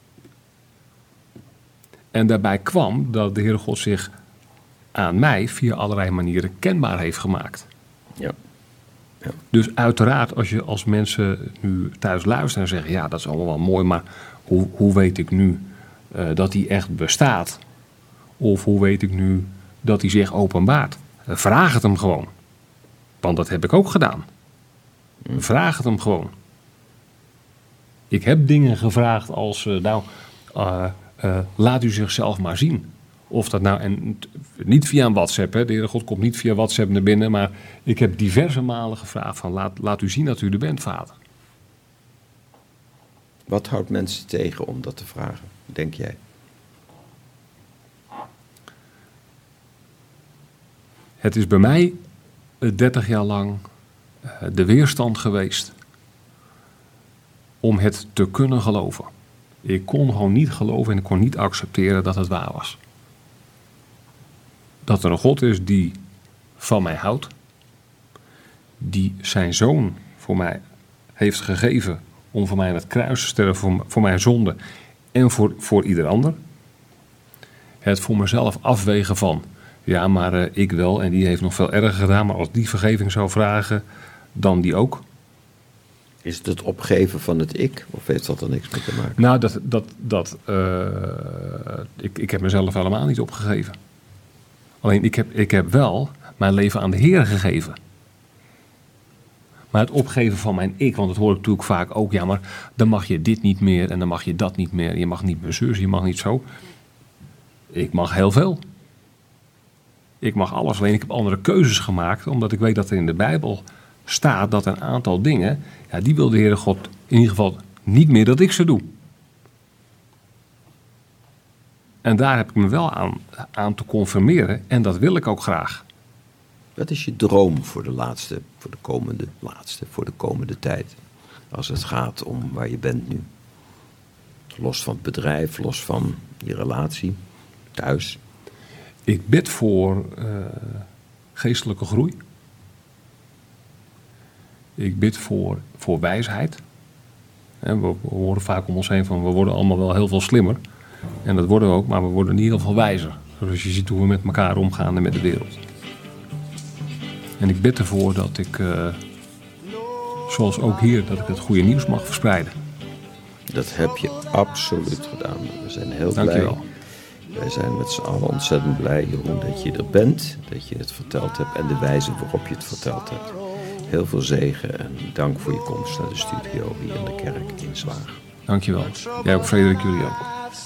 En daarbij kwam dat de Heere God zich aan mij via allerlei manieren kenbaar heeft gemaakt. Ja. Ja. Dus uiteraard, als je als mensen nu thuis luisteren en zeggen, ja, dat is allemaal wel mooi, maar hoe, hoe weet ik nu uh, dat hij echt bestaat? Of hoe weet ik nu dat hij zich openbaart? Uh, vraag het hem gewoon. Want dat heb ik ook gedaan. Vraag het hem gewoon. Ik heb dingen gevraagd als, uh, nou, uh, uh, laat u zichzelf maar zien. Of dat nou, en niet via een WhatsApp, hè. De Heere God komt niet via WhatsApp naar binnen, maar ik heb diverse malen gevraagd van, laat, laat u zien dat u er bent, vader. Wat houdt mensen tegen om dat te vragen, denk jij? Het is bij mij dertig jaar lang de weerstand geweest om het te kunnen geloven. Ik kon gewoon niet geloven en ik kon niet accepteren dat het waar was. Dat er een God is die van mij houdt, die zijn zoon voor mij heeft gegeven om voor mij aan het kruis te sterven, voor, voor mijn zonde en voor, voor ieder ander. Het voor mezelf afwegen van, ja, maar uh, ik wel en die heeft nog veel erger gedaan, maar als die vergeving zou vragen, dan die ook. Is het het opgeven van het ik of heeft dat er niks mee te maken? Nou, dat, dat, dat, uh, ik, ik heb mezelf helemaal niet opgegeven. Alleen ik heb, ik heb wel mijn leven aan de Heer gegeven. Maar het opgeven van mijn ik, want dat hoor ik natuurlijk vaak ook, ja, maar dan mag je dit niet meer en dan mag je dat niet meer. Je mag niet meer zus, je mag niet zo. Ik mag heel veel. Ik mag alles, alleen ik heb andere keuzes gemaakt, omdat ik weet dat er in de Bijbel staat dat een aantal dingen, ja, die wil de Heere God in ieder geval niet meer dat ik ze doe. En daar heb ik me wel aan, aan te conformeren en dat wil ik ook graag. Wat is je droom voor de laatste, voor de komende, laatste, voor de komende tijd? Als het gaat om waar je bent nu. Los van het bedrijf, los van je relatie, thuis. Ik bid voor uh, geestelijke groei. Ik bid voor, voor wijsheid. En we, we horen vaak om ons heen van we worden allemaal wel heel veel slimmer. En dat worden we ook, maar we worden in ieder geval wijzer. Dus je ziet hoe we met elkaar omgaan en met de wereld. En ik bid ervoor dat ik, uh, zoals ook hier, dat ik het goede nieuws mag verspreiden. Dat heb je absoluut gedaan. We zijn heel blij. Dankjewel. Wij zijn met z'n allen ontzettend blij, Jeroen, dat je er bent. Dat je het verteld hebt en de wijze waarop je het verteld hebt. Heel veel zegen en dank voor je komst naar de studio hier in de kerk in Zwaag. Dankjewel. Jij ook, Frederik, jullie ook.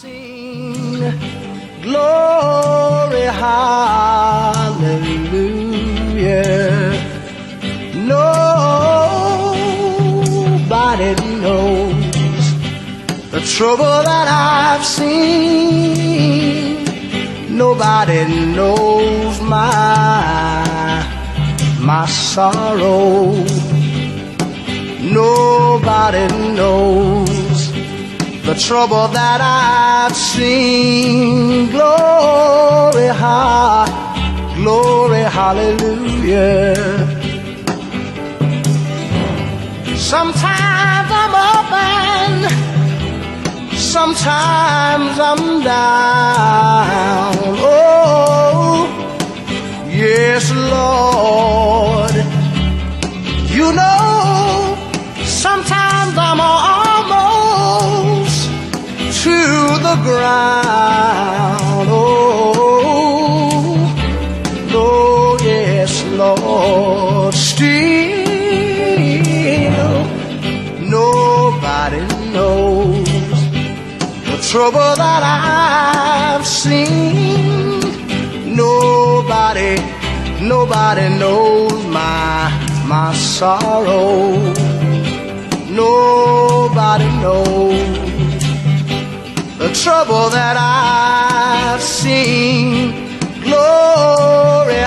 Glory, hallelujah. Nobody knows the trouble that I've seen. Nobody knows my, my sorrow. Nobody knows the trouble that I've seen. Glory, ha, glory, hallelujah. Sometimes I'm up and sometimes I'm down. Oh, yes, Lord. You know, sometimes I'm almost to the ground. Oh, oh, yes, Lord. Still, nobody knows the trouble that I've seen. Nobody, nobody knows my, my sorrow. Nobody knows the trouble that I've seen. Glory,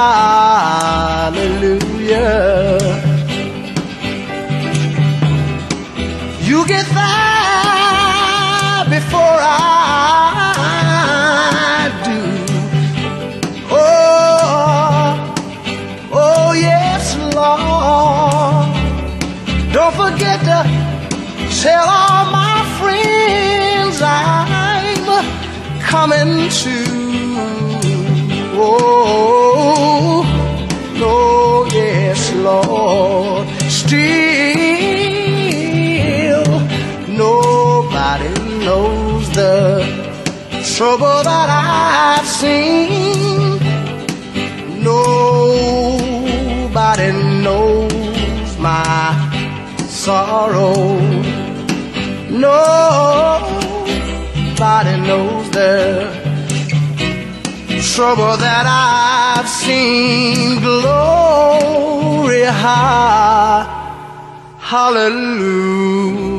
hallelujah. You get there before I do. Oh, oh yes, Lord. Don't forget to tell all my friends I'm coming to. Oh, oh yes, Lord. Still, nobody knows the trouble that I've seen. Nobody knows my sorrow. Nobody knows the trouble that I've seen. Glory, hallelujah.